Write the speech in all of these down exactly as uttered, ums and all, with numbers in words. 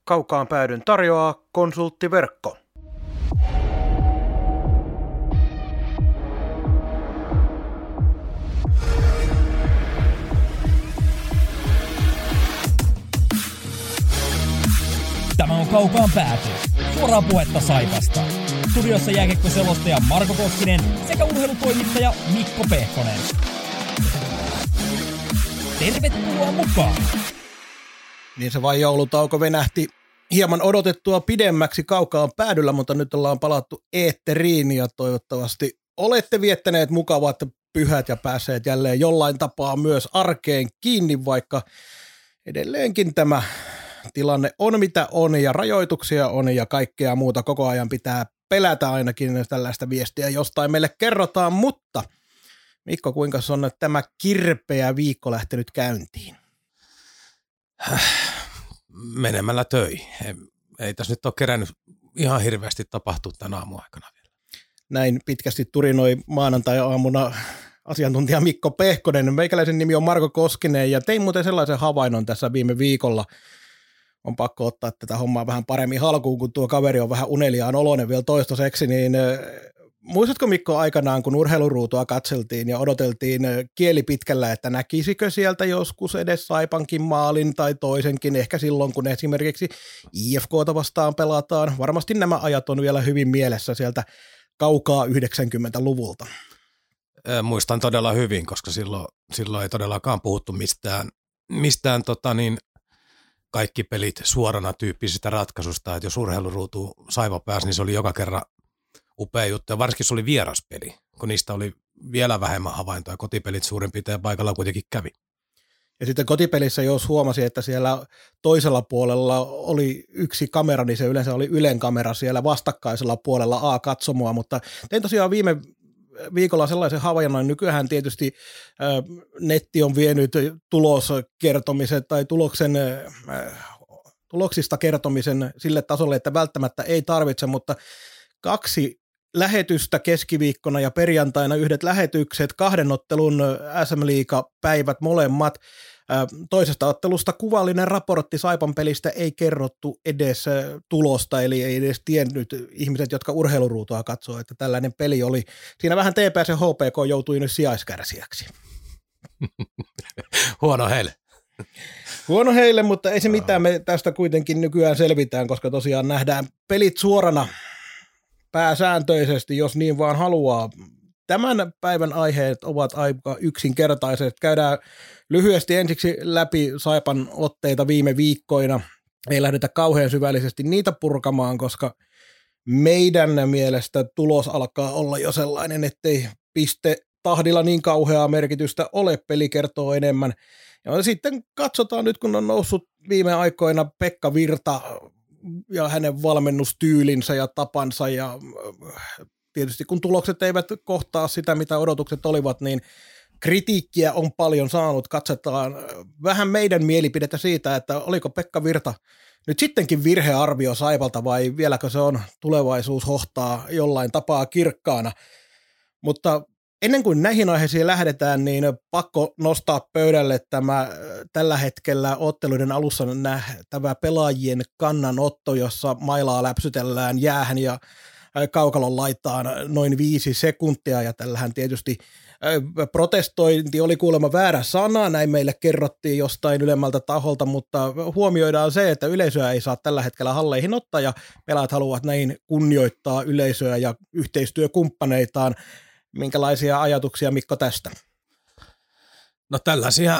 Kaukaan päädyn tarjoaa Konsulttiverkko. Tämä on Kaukaan pääty. Suoraa puhetta Saipasta. Studiossa jääkiekkoselostaja Marko Koskinen sekä urheilutoimittaja Mikko Pehkonen. Tervetuloa mukaan! Niin se vain joulutauko venähti hieman odotettua pidemmäksi Kaukaan päädyllä, mutta nyt ollaan palattu eetteriin ja toivottavasti olette viettäneet mukavat pyhät ja päässeet jälleen jollain tapaa myös arkeen kiinni, vaikka edelleenkin tämä tilanne on mitä on ja rajoituksia on ja kaikkea muuta koko ajan pitää pelätä ainakin, jos tällaista viestiä jostain meille kerrotaan, mutta Mikko, kuinka on tämä kirpeä viikko lähtenyt käyntiin? Menemällä töihin. Ei, ei tässä nyt ole kerännyt ihan hirveästi tapahtua tämän aamun aikana vielä. Näin pitkästi turinoi maanantai-aamuna asiantuntija Mikko Pehkonen. Meikäläisen nimi on Marko Koskinen ja tein muuten sellaisen havainnon tässä viime viikolla. On pakko ottaa tätä hommaa vähän paremmin halkuun, kun tuo kaveri on vähän uneliaan oloinen vielä toistaiseksi, niin muistatko Mikko aikanaan, kun urheiluruutua katseltiin ja odoteltiin kieli pitkällä, että näkisikö sieltä joskus edes Saipankin maalin tai toisenkin, ehkä silloin, kun esimerkiksi I F K:ta vastaan pelataan. Varmasti nämä ajat on vielä hyvin mielessä sieltä kaukaa yhdeksänkymmentäluvulta. Muistan todella hyvin, koska silloin, silloin ei todellakaan puhuttu mistään, mistään tota niin, kaikki pelit suorana tyyppisistä ratkaisusta, että jos urheiluruutu Saipa pääsi, niin se oli joka kerran upea juttu, ja varsinkin se oli vieraspeli, kun niistä oli vielä vähemmän havaintoja. Kotipelit suurin piirtein paikalla kuitenkin kävi. Ja sitten kotipelissä, jos huomasi, että siellä toisella puolella oli yksi kamera, niin se yleensä oli Ylen kamera siellä vastakkaisella puolella A-katsomoa, mutta tein tosiaan viime viikolla sellaisen havainnon, nykyään tietysti äh, netti on vienyt tuloskertomisen tai tuloksen, äh, tuloksista kertomisen sille tasolle, että välttämättä ei tarvitse, mutta kaksi lähetystä keskiviikkona ja perjantaina yhdet lähetykset, kahden ottelun S M-liigapäivät molemmat. Toisesta ottelusta kuvallinen raportti Saipan pelistä ei kerrottu edes tulosta, eli ei edes tiennyt ihmiset, jotka urheiluruutua katsoo, että tällainen peli oli. Siinä vähän T P S ja H P K joutui nyt sijaiskärsijäksi. Huono heille. Huono heille, mutta ei se mitään, me tästä kuitenkin nykyään selvitään, koska tosiaan nähdään pelit suorana pääsääntöisesti, jos niin vaan haluaa. Tämän päivän aiheet ovat aika yksinkertaiset. Käydään lyhyesti ensiksi läpi Saipan otteita viime viikkoina. Ei lähdetä kauhean syvällisesti niitä purkamaan, koska meidän mielestä tulos alkaa olla jo sellainen, ettei piste tahdilla niin kauheaa merkitystä ole. Peli kertoo enemmän. Ja sitten katsotaan nyt, kun on noussut viime aikoina Pekka Virta ja hänen valmennustyylinsä ja tapansa ja tietysti kun tulokset eivät kohtaa sitä, mitä odotukset olivat, niin kritiikkiä on paljon saanut. Katsotaan vähän meidän mielipidettä siitä, että oliko Pekka Virta nyt sittenkin virhearvio Saipalta vai vieläkö se on tulevaisuus hohtaa jollain tapaa kirkkaana. Mutta ennen kuin näihin aiheisiin lähdetään, niin pakko nostaa pöydälle tämä tällä hetkellä otteluiden alussa nähtävä pelaajien kannanotto, jossa mailaa läpsytellään jäähän ja kaukalon laitaan noin viisi sekuntia, ja tällähän tietysti protestointi oli kuulemma väärä sana, näin meille kerrottiin jostain ylemmältä taholta, mutta huomioidaan se, että yleisöä ei saa tällä hetkellä halleihin ottaa, ja pelaajat haluavat näin kunnioittaa yleisöä ja yhteistyökumppaneitaan. Minkälaisia ajatuksia, Mikko, tästä? No tällaisia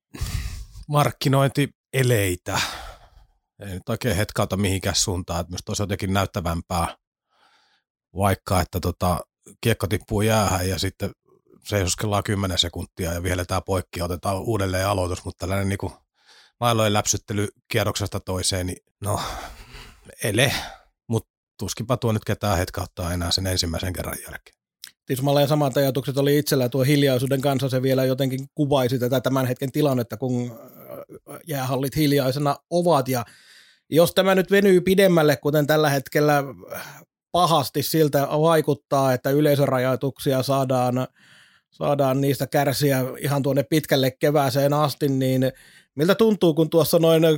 markkinointieleitä. Ei nyt oikein hetkauta mihinkään suuntaan, että minusta olisi jotenkin näyttävämpää, vaikka että tota, kiekko tippuu jäähän ja sitten seisoskellaan kymmenen sekuntia ja vihelletään poikki ja otetaan uudelleen aloitus, mutta tällainen niin kuin mailojen läpsyttely kierroksesta toiseen, niin no ele, mutta tuskinpa tuo nyt ketään hetkauttaa enää sen ensimmäisen kerran jälkeen. Tismalleen samat ajatukset oli itsellä tuo hiljaisuuden kanssa, se vielä jotenkin kuvaisi tätä tämän hetken tilannetta, kun jäähallit hiljaisena ovat, ja jos tämä nyt venyy pidemmälle, kuten tällä hetkellä pahasti siltä vaikuttaa, että yleisörajoituksia saadaan, saadaan niistä kärsiä ihan tuonne pitkälle kevääseen asti, niin miltä tuntuu, kun tuossa noin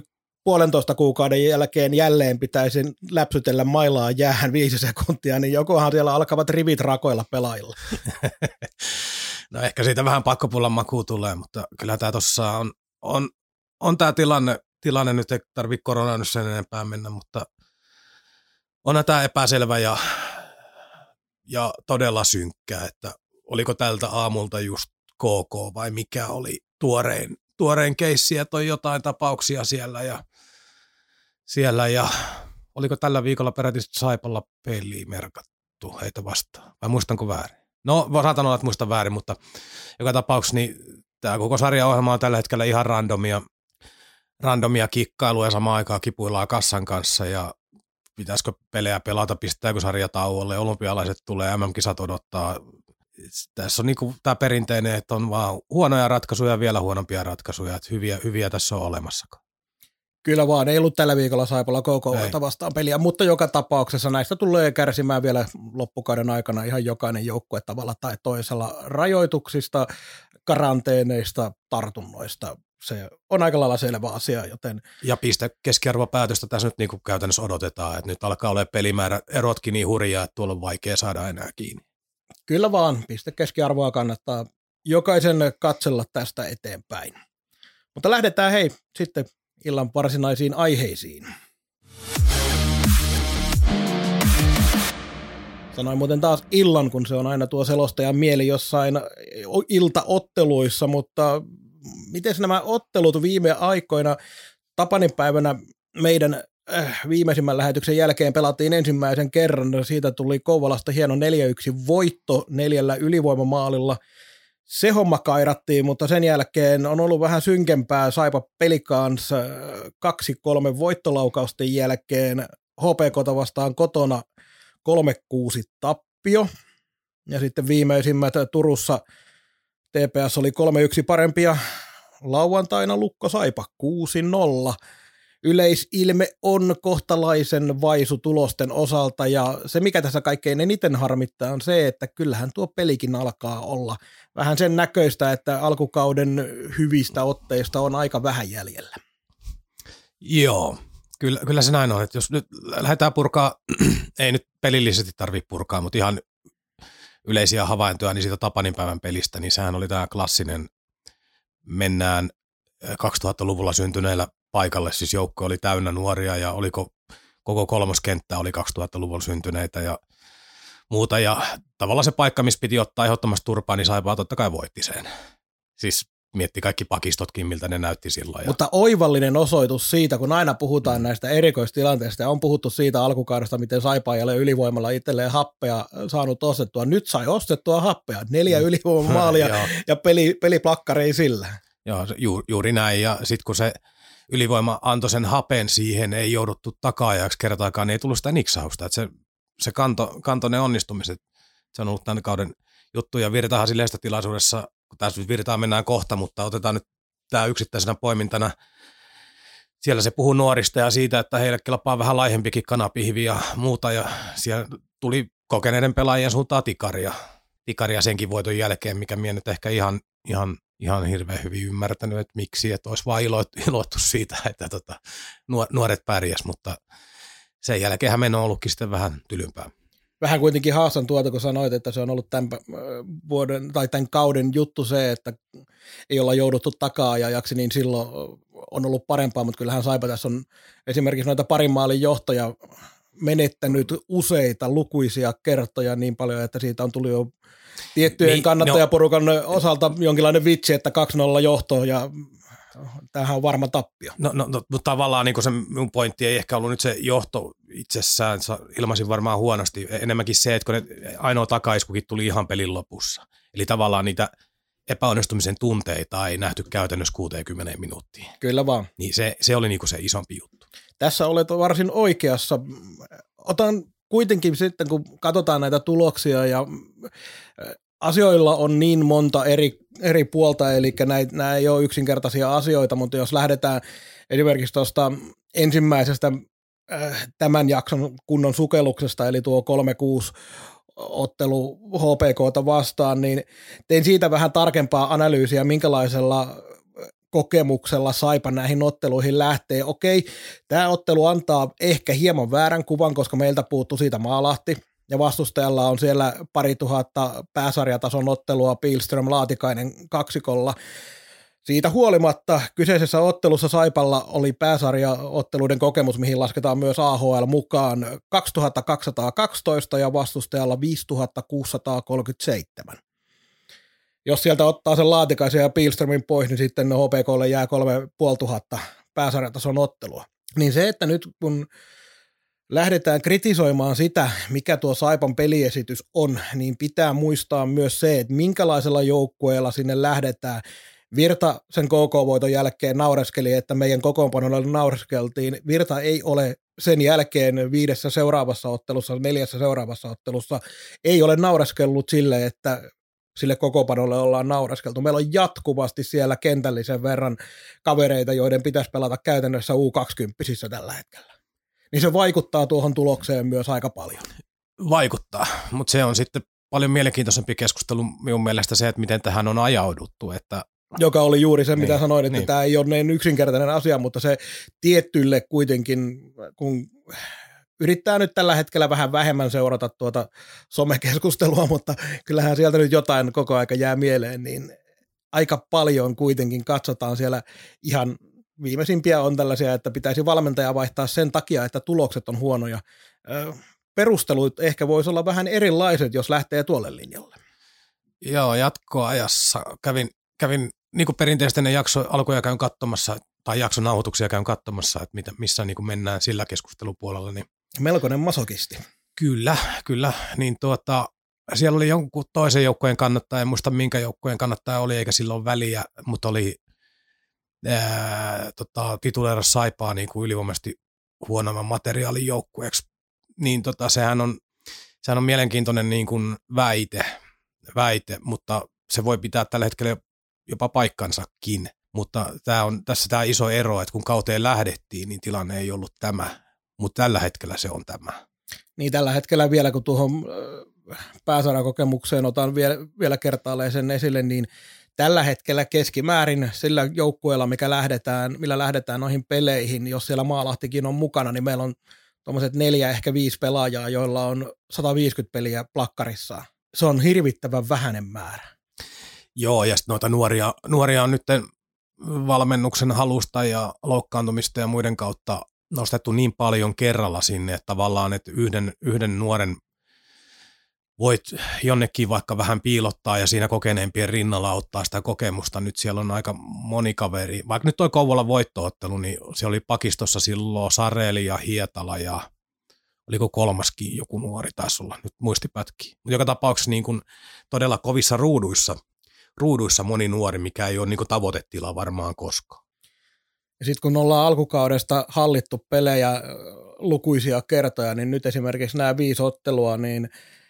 puolentoista kuukauden jälkeen jälleen pitäisi läpsytellä mailaa jäähän viisi sekuntia, niin jokohan siellä alkavat rivit rakoilla pelaajilla. No ehkä siitä vähän pakkopullan makuu tulee, mutta kyllä tämä tuossa on, on, on tämä tilanne, tilanne, nyt ei tarvitse koronaa nyt sen enempää mennä, mutta on tämä epäselvä ja, ja todella synkkää, että oliko tältä aamulta just K K vai mikä oli tuorein, tuorein keissi, että on jotain tapauksia siellä ja, siellä ja oliko tällä viikolla peräti Saipalla peliä merkattu heitä vastaan, vai muistanko väärin? No, saatan olla, että muistan väärin, mutta joka tapauksessa niin tämä koko sarjaohjelma on tällä hetkellä ihan randomia, randomia kikkailuja ja samaan aikaan kipuillaan kassan kanssa ja pitäisikö pelejä pelata, pistääkö sarja tauolle, olympialaiset tulee, M M-kisat odottaa. Tässä on niinku tämä perinteinen, että on vaan huonoja ratkaisuja ja vielä huonompia ratkaisuja, että hyviä, hyviä tässä on olemassakaan. Kyllä vaan, ei ollut tällä viikolla Saipalla K K:ta vastaan peliä, mutta joka tapauksessa näistä tulee kärsimään vielä loppukauden aikana ihan jokainen joukkue tavalla tai toisella rajoituksista, karanteeneista, tartunnoista. Se on aika lailla selvä asia, joten... Ja piste keskiarvopäätöstä tässä nyt niin kuin käytännössä odotetaan, että nyt alkaa olla pelimäärä erotkin niin hurjaa, että tuolla on vaikea saada enää kiinni. Kyllä vaan, piste keskiarvoa kannattaa jokaisen katsella tästä eteenpäin. Mutta lähdetään hei sitten illan varsinaisiin aiheisiin. Sanoin muuten taas illan, kun se on aina tuo selostajan mieli jossain iltaotteluissa, mutta miten nämä ottelut viime aikoina, Tapanin päivänä meidän äh, viimeisimmän lähetyksen jälkeen pelattiin ensimmäisen kerran, siitä tuli Kouvolasta hieno neljä yksi voitto neljällä ylivoimamaalilla. Se homma kairattiin, mutta sen jälkeen on ollut vähän synkempää. Saipa Pelicans kaksi kolme voittolaukausten jälkeen H P K:ta vastaan kotona kolme kuusi tappio. Ja sitten viimeisimmät Turussa T P S oli kolme yksi parempia. Lauantaina Lukko Saipa kuusi nolla. Yleisilme on kohtalaisen vaisu tulosten osalta ja se mikä tässä kaikkein eniten harmittaa on se, että kyllähän tuo pelikin alkaa olla vähän sen näköistä, että alkukauden hyvistä otteista on aika vähän jäljellä. Joo, kyllä, kyllä se näin on, että jos nyt lähdetään purkaa, ei nyt pelillisesti tarvitse purkaa, mutta ihan yleisiä havaintoja niin siitä Tapanin päivän pelistä, niin sehän oli tämä klassinen mennään kaksituhattaluvulla syntyneillä paikalle, siis joukko oli täynnä nuoria ja oliko koko kolmoskenttä oli kaksituhattaluvulla syntyneitä ja muuta ja tavallaan se paikka, missä piti ottaa ehdottomasti turpaa, niin Saipa totta kai voitti sen. Siis mietti kaikki pakistotkin, miltä ne näytti silloin. Ja... Mutta oivallinen osoitus siitä, kun aina puhutaan mm. näistä erikoistilanteista ja on puhuttu siitä alkukaudesta, miten Saipa ei ole ylivoimalla itselleen happea saanut ostettua. Nyt sai ostettua happea, neljä mm. ylivoimamaalia ja peli, peliplakkari ei sillä. Joo, ju, juuri näin ja sitten kun se ylivoima antoi sen hapen siihen, ei jouduttu taka-ajaksi kertaakaan, niin ei tullut sitä niksausta. Että se, se kanto, kanto ne onnistumiset, se on ollut tämän kauden juttu ja Virtahan silleen tilaisuudessa, kun tässä nyt Virtaan mennään kohta, mutta otetaan nyt tämä yksittäisenä poimintana. Siellä se puhuu nuorista ja siitä, että heille kelpaa vähän laihempikin kanapihvi ja muuta ja siellä tuli kokeneiden pelaajien suuntaan tikaria. Tikaria senkin voiton jälkeen, mikä minä nyt ehkä ihan, ihan ihan hirveän hyvin ymmärtänyt, että miksi, että olisi vaan iloittu siitä, että tota, nuoret pärjäs, mutta sen jälkeenhän meno on ollutkin sitten vähän tylympää. Vähän kuitenkin haastan tuota, kun sanoit, että se on ollut tämän, vuoden, tai tämän kauden juttu se, että ei olla jouduttu taka-ajajaksi, niin silloin on ollut parempaa, mutta kyllähän Saipa tässä on esimerkiksi noita parin maalin johtoja menettänyt useita lukuisia kertoja niin paljon, että siitä on tullut jo tiettyjen niin, kannattajaporukan no, osalta jonkinlainen vitsi, että kaksi nolla johto ja tämähän on varma tappio. No, no, no mutta tavallaan niin se mun pointti ei ehkä ollut nyt se johto itsessään, ilmaisin varmaan huonosti, enemmänkin se, että kun ne ainoa takaiskukin tuli ihan pelin lopussa. Eli tavallaan niitä epäonnistumisen tunteita ei nähty käytännössä kuuteenkymmeneen minuuttiin. Kyllä vaan. Niin se, se oli niin se isompi juttu. Tässä olet varsin oikeassa. Otan kuitenkin sitten, kun katsotaan näitä tuloksia ja asioilla on niin monta eri, eri puolta, eli näitä, nämä ei ole yksinkertaisia asioita, mutta jos lähdetään esimerkiksi tuosta ensimmäisestä äh, tämän jakson kunnon sukelluksesta, eli tuo kolme kuusi ottelu H P K:ta vastaan, niin tein siitä vähän tarkempaa analyysiä, minkälaisella kokemuksella Saipa näihin otteluihin lähtee. Okei, tämä ottelu antaa ehkä hieman väärän kuvan, koska meiltä puuttuu siitä Maalahti, ja vastustajalla on siellä pari tuhatta pääsarjatason ottelua Pihlström Laatikainen kaksikolla. Siitä huolimatta kyseisessä ottelussa Saipalla oli pääsarjaotteluiden kokemus, mihin lasketaan myös A H L mukaan kaksituhattakaksisataakaksitoista ja vastustajalla viisituhattakuusisataakolmekymmentäseitsemän. Jos sieltä ottaa sen Laatikaisen ja Pihlströmin pois, niin sitten H P K:lle jää kolme puoli tuhatta pääsarjatason ottelua. Niin se, että nyt kun lähdetään kritisoimaan sitä, mikä tuo Saipan peliesitys on, niin pitää muistaa myös se, että minkälaisella joukkueella sinne lähdetään. Virta sen K K-voiton jälkeen naureskeli, että meidän kokoonpanolla naureskeltiin. Virta ei ole sen jälkeen viidessä seuraavassa ottelussa, neljässä seuraavassa ottelussa, ei ole naureskellut sille, että sille kokoonpanolle ollaan naureskeltu. Meillä on jatkuvasti siellä kentällisen verran kavereita, joiden pitäisi pelata käytännössä U kaksikymmentä tällä hetkellä. Niin se vaikuttaa tuohon tulokseen myös aika paljon. Vaikuttaa, mutta se on sitten paljon mielenkiintoisempi keskustelu minun mielestä se, että miten tähän on ajauduttu, että joka oli juuri se, mitä niin, sanoin, että niin. Tämä ei ole niin yksinkertainen asia, mutta se tiettyille kuitenkin, kun yrittää nyt tällä hetkellä vähän vähemmän seurata tuota somekeskustelua, mutta kyllähän sieltä nyt jotain koko aika jää mieleen, niin aika paljon kuitenkin katsotaan siellä ihan viimeisimpiä on tällaisia, että pitäisi valmentaja vaihtaa sen takia, että tulokset on huonoja. Perustelut ehkä voisi olla vähän erilaiset, jos lähtee tuolle linjalle. Joo, jatkoajassa kävin, kävin niin kuin perinteisesti ne jakso, alkuja käyn katsomassa, tai jakson nauhoituksia käyn katsomassa, että mitä, missä niin kuin mennään sillä keskustelupuolella. Niin melkoinen masokisti. Kyllä, kyllä. Niin tuota, siellä oli jonkun toisen joukkueen kannattaja, en muista minkä joukkueen kannattaja oli, eikä silloin väliä, mutta oli ää, tota, tituleeras Saipaa niin kuin ylivoimaisesti huonomman materiaalin joukkueeksi. Niin tota, sehän on, sehän on mielenkiintoinen niin kuin väite, väite, mutta se voi pitää tällä hetkellä jopa paikkansakin. Mutta tämä on tässä tämä iso ero, että kun kauteen lähdettiin, niin tilanne ei ollut tämä, mutta tällä hetkellä se on tämä. Niin tällä hetkellä vielä, kun tuohon pääsarjakokemukseen otan vielä, vielä kertaalleen sen esille, niin tällä hetkellä keskimäärin sillä joukkueella, mikä lähdetään, millä lähdetään noihin peleihin, jos siellä Maalahtikin on mukana, niin meillä on tuommoiset neljä, ehkä viisi pelaajaa, joilla on sata viisikymmentä peliä plakkarissaan. Se on hirvittävän vähäinen määrä. Joo, ja sitten noita nuoria, nuoria on nyt valmennuksen halusta ja loukkaantumista ja muiden kautta nostettu niin paljon kerralla sinne, että tavallaan että yhden, yhden nuoren voit jonnekin vaikka vähän piilottaa ja siinä kokeneempien rinnalla ottaa sitä kokemusta. Nyt siellä on aika moni kaveri. Vaikka nyt toi Kouvolan voittoottelu, niin siellä oli pakistossa silloin Sareli ja Hietala ja oliko kolmaskin joku nuori taisi olla, nyt muistipätki. Mutta joka tapauksessa niin kun todella kovissa ruuduissa, ruuduissa moni nuori, mikä ei ole niin kun tavoitetila varmaan koskaan. Ja sitten kun ollaan alkukaudesta hallittu pelejä lukuisia kertoja, niin nyt esimerkiksi nämä viisi ottelua, niin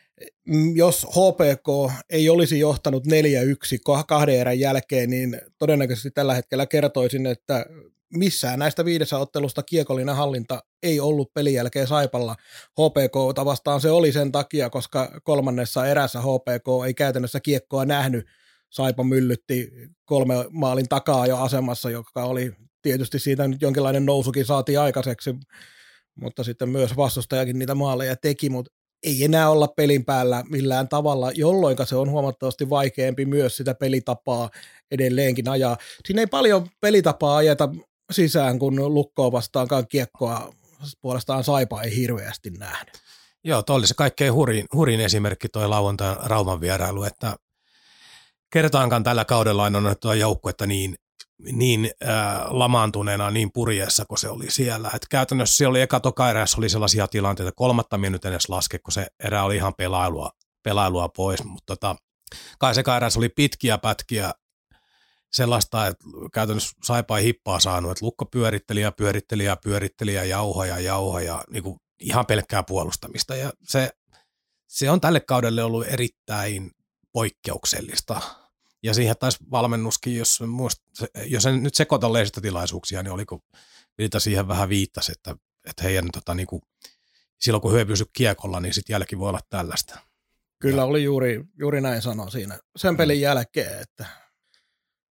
jos H P K ei olisi johtanut neljä yksi kahden erän jälkeen, niin todennäköisesti tällä hetkellä kertoisin, että missään näistä viidessä ottelusta kiekollinen hallinta ei ollut pelin jälkeen Saipalla. H P K:ta vastaan se oli sen takia, koska kolmannessa erässä H P K ei käytännössä kiekkoa nähnyt. Saipa myllytti kolme maalin takaa jo asemassa, joka oli tietysti siitä nyt jonkinlainen nousukin saatiin aikaiseksi, mutta sitten myös vastustajakin niitä maaleja teki, mutta ei enää olla pelin päällä millään tavalla, jolloin se on huomattavasti vaikeampi myös sitä pelitapaa edelleenkin ajaa. Siinä ei paljon pelitapaa ajeta sisään, kun Lukkoa vastaankaan kiekkoa puolestaan Saipa ei hirveästi nähnyt. Joo, toi oli se kaikkein hurin, hurin esimerkki toi lauantain Rauman vierailu, että kertaankaan tällä kaudella on annettua joukkuetta niin, niin äh, lamaantuneena, niin purjeessa, kun se oli siellä. Et käytännössä siellä oli eka toka erässä oli sellaisia tilanteita, kolmatta me nyt edes laske, kun se erä oli ihan pelailua, pelailua pois, mutta tota, kai se erässä oli pitkiä pätkiä sellaista, että käytännössä Saipa ei hippaa saanut, että Lukko pyöritteli ja pyöritteli ja pyöritteli ja jauha ja jauha ja niin kuin ihan pelkkää puolustamista. Ja se, se on tälle kaudelle ollut erittäin poikkeuksellista. Ja siihen taisi valmennuskin, jos, jos en nyt sekoita lehdistötilaisuuksia, niin oliko Vilta siihen vähän viittasi, että, että heidän tota, niin kuin, silloin kun he pysy kiekolla, niin sitten jälki voi olla tällaista. Kyllä ja oli juuri, juuri näin sanoa siinä sen pelin jälkeen, että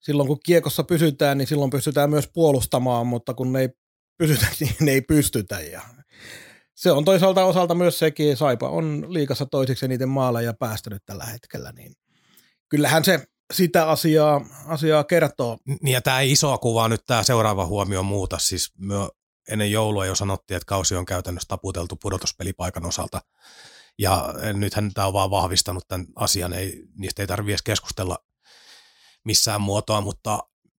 silloin kun kiekossa pysytään, niin silloin pystytään myös puolustamaan, mutta kun ne ei pysytä, niin ne ei pystytä. Ja se on toisaalta osalta myös sekin, Saipa on liigassa toisiksi eniten maaleja päästänyt tällä hetkellä, niin kyllähän se sitä asiaa, asiaa kertoo. Niin ja tämä isoa kuvaa nyt tämä seuraava huomio muuta, siis me ennen joulua jo sanottiin, että kausi on käytännössä taputeltu pudotuspelipaikan osalta, ja nythän tämä on vaan vahvistanut tämän asian, ei, niistä ei tarvitse edes keskustella missään muotoa, mutta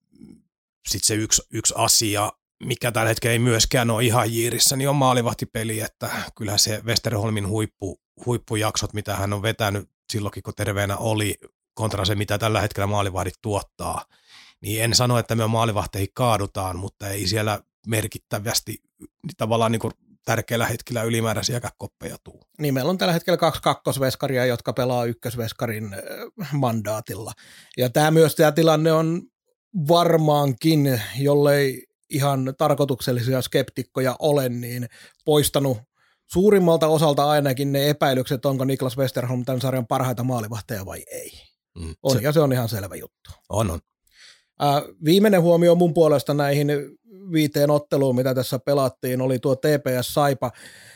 sitten se yksi, yksi asia, mikä tällä hetkellä ei myöskään ole ihan jiirissä, niin on maalivahtipeli, että kyllähän se Westerholmin huippu, huippujaksot, mitä hän on vetänyt silloinkin, kun terveenä oli, kontra se, mitä tällä hetkellä maalivahdit tuottaa, niin en sano, että me maalivahteihin kaadutaan, mutta ei siellä merkittävästi tavallaan niin kuin tärkeillä hetkillä ylimääräisiä koppeja tuu. Niin, meillä on tällä hetkellä kaksi kakkosveskaria, jotka pelaa ykkösveskarin mandaatilla. Ja tämä myös tämä tilanne on varmaankin, jollei ihan tarkoituksellisia skeptikkoja ole, niin poistanut suurimmalta osalta ainakin ne epäilykset, onko Niklas Westerholm tämän sarjan parhaita maalivahteja vai ei. Mm, on, se, ja se on ihan selvä juttu. On, on. Äh, viimeinen huomio mun puolesta näihin viiteen otteluun, mitä tässä pelattiin, oli tuo T P S Saipa.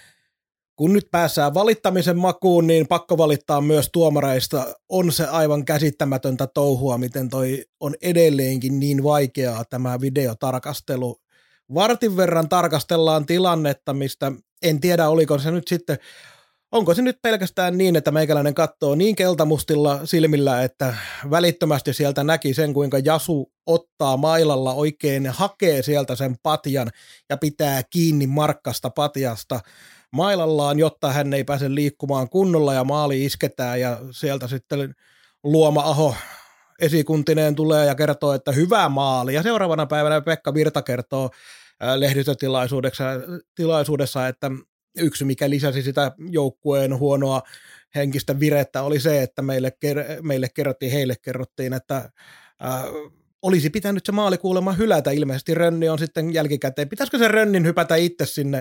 Kun nyt päässään valittamisen makuun, niin pakko valittaa myös tuomareista. On se aivan käsittämätöntä touhua, miten toi on edelleenkin niin vaikeaa tämä videotarkastelu. Vartin verran tarkastellaan tilannetta, mistä en tiedä, oliko se nyt sitten, onko se nyt pelkästään niin, että meikäläinen katsoo niin keltamustilla silmillä, että välittömästi sieltä näki sen, kuinka Jasu ottaa mailalla oikein, hakee sieltä sen patjan ja pitää kiinni markkasta patjasta mailallaan, jotta hän ei pääse liikkumaan kunnolla ja maali isketään ja sieltä sitten Luoma-Aho esikuntineen tulee ja kertoo, että hyvä maali. Ja seuraavana päivänä Pekka Virta kertoo lehdistötilaisuudessa, että yksi, mikä lisäsi sitä joukkueen huonoa henkistä virettä, oli se, että meille, meille kerrottiin, heille kerrottiin, että äh, olisi pitänyt se maali kuulemma hylätä. Ilmeisesti Rönni on sitten jälkikäteen. Pitäisikö se Rönnin hypätä itse sinne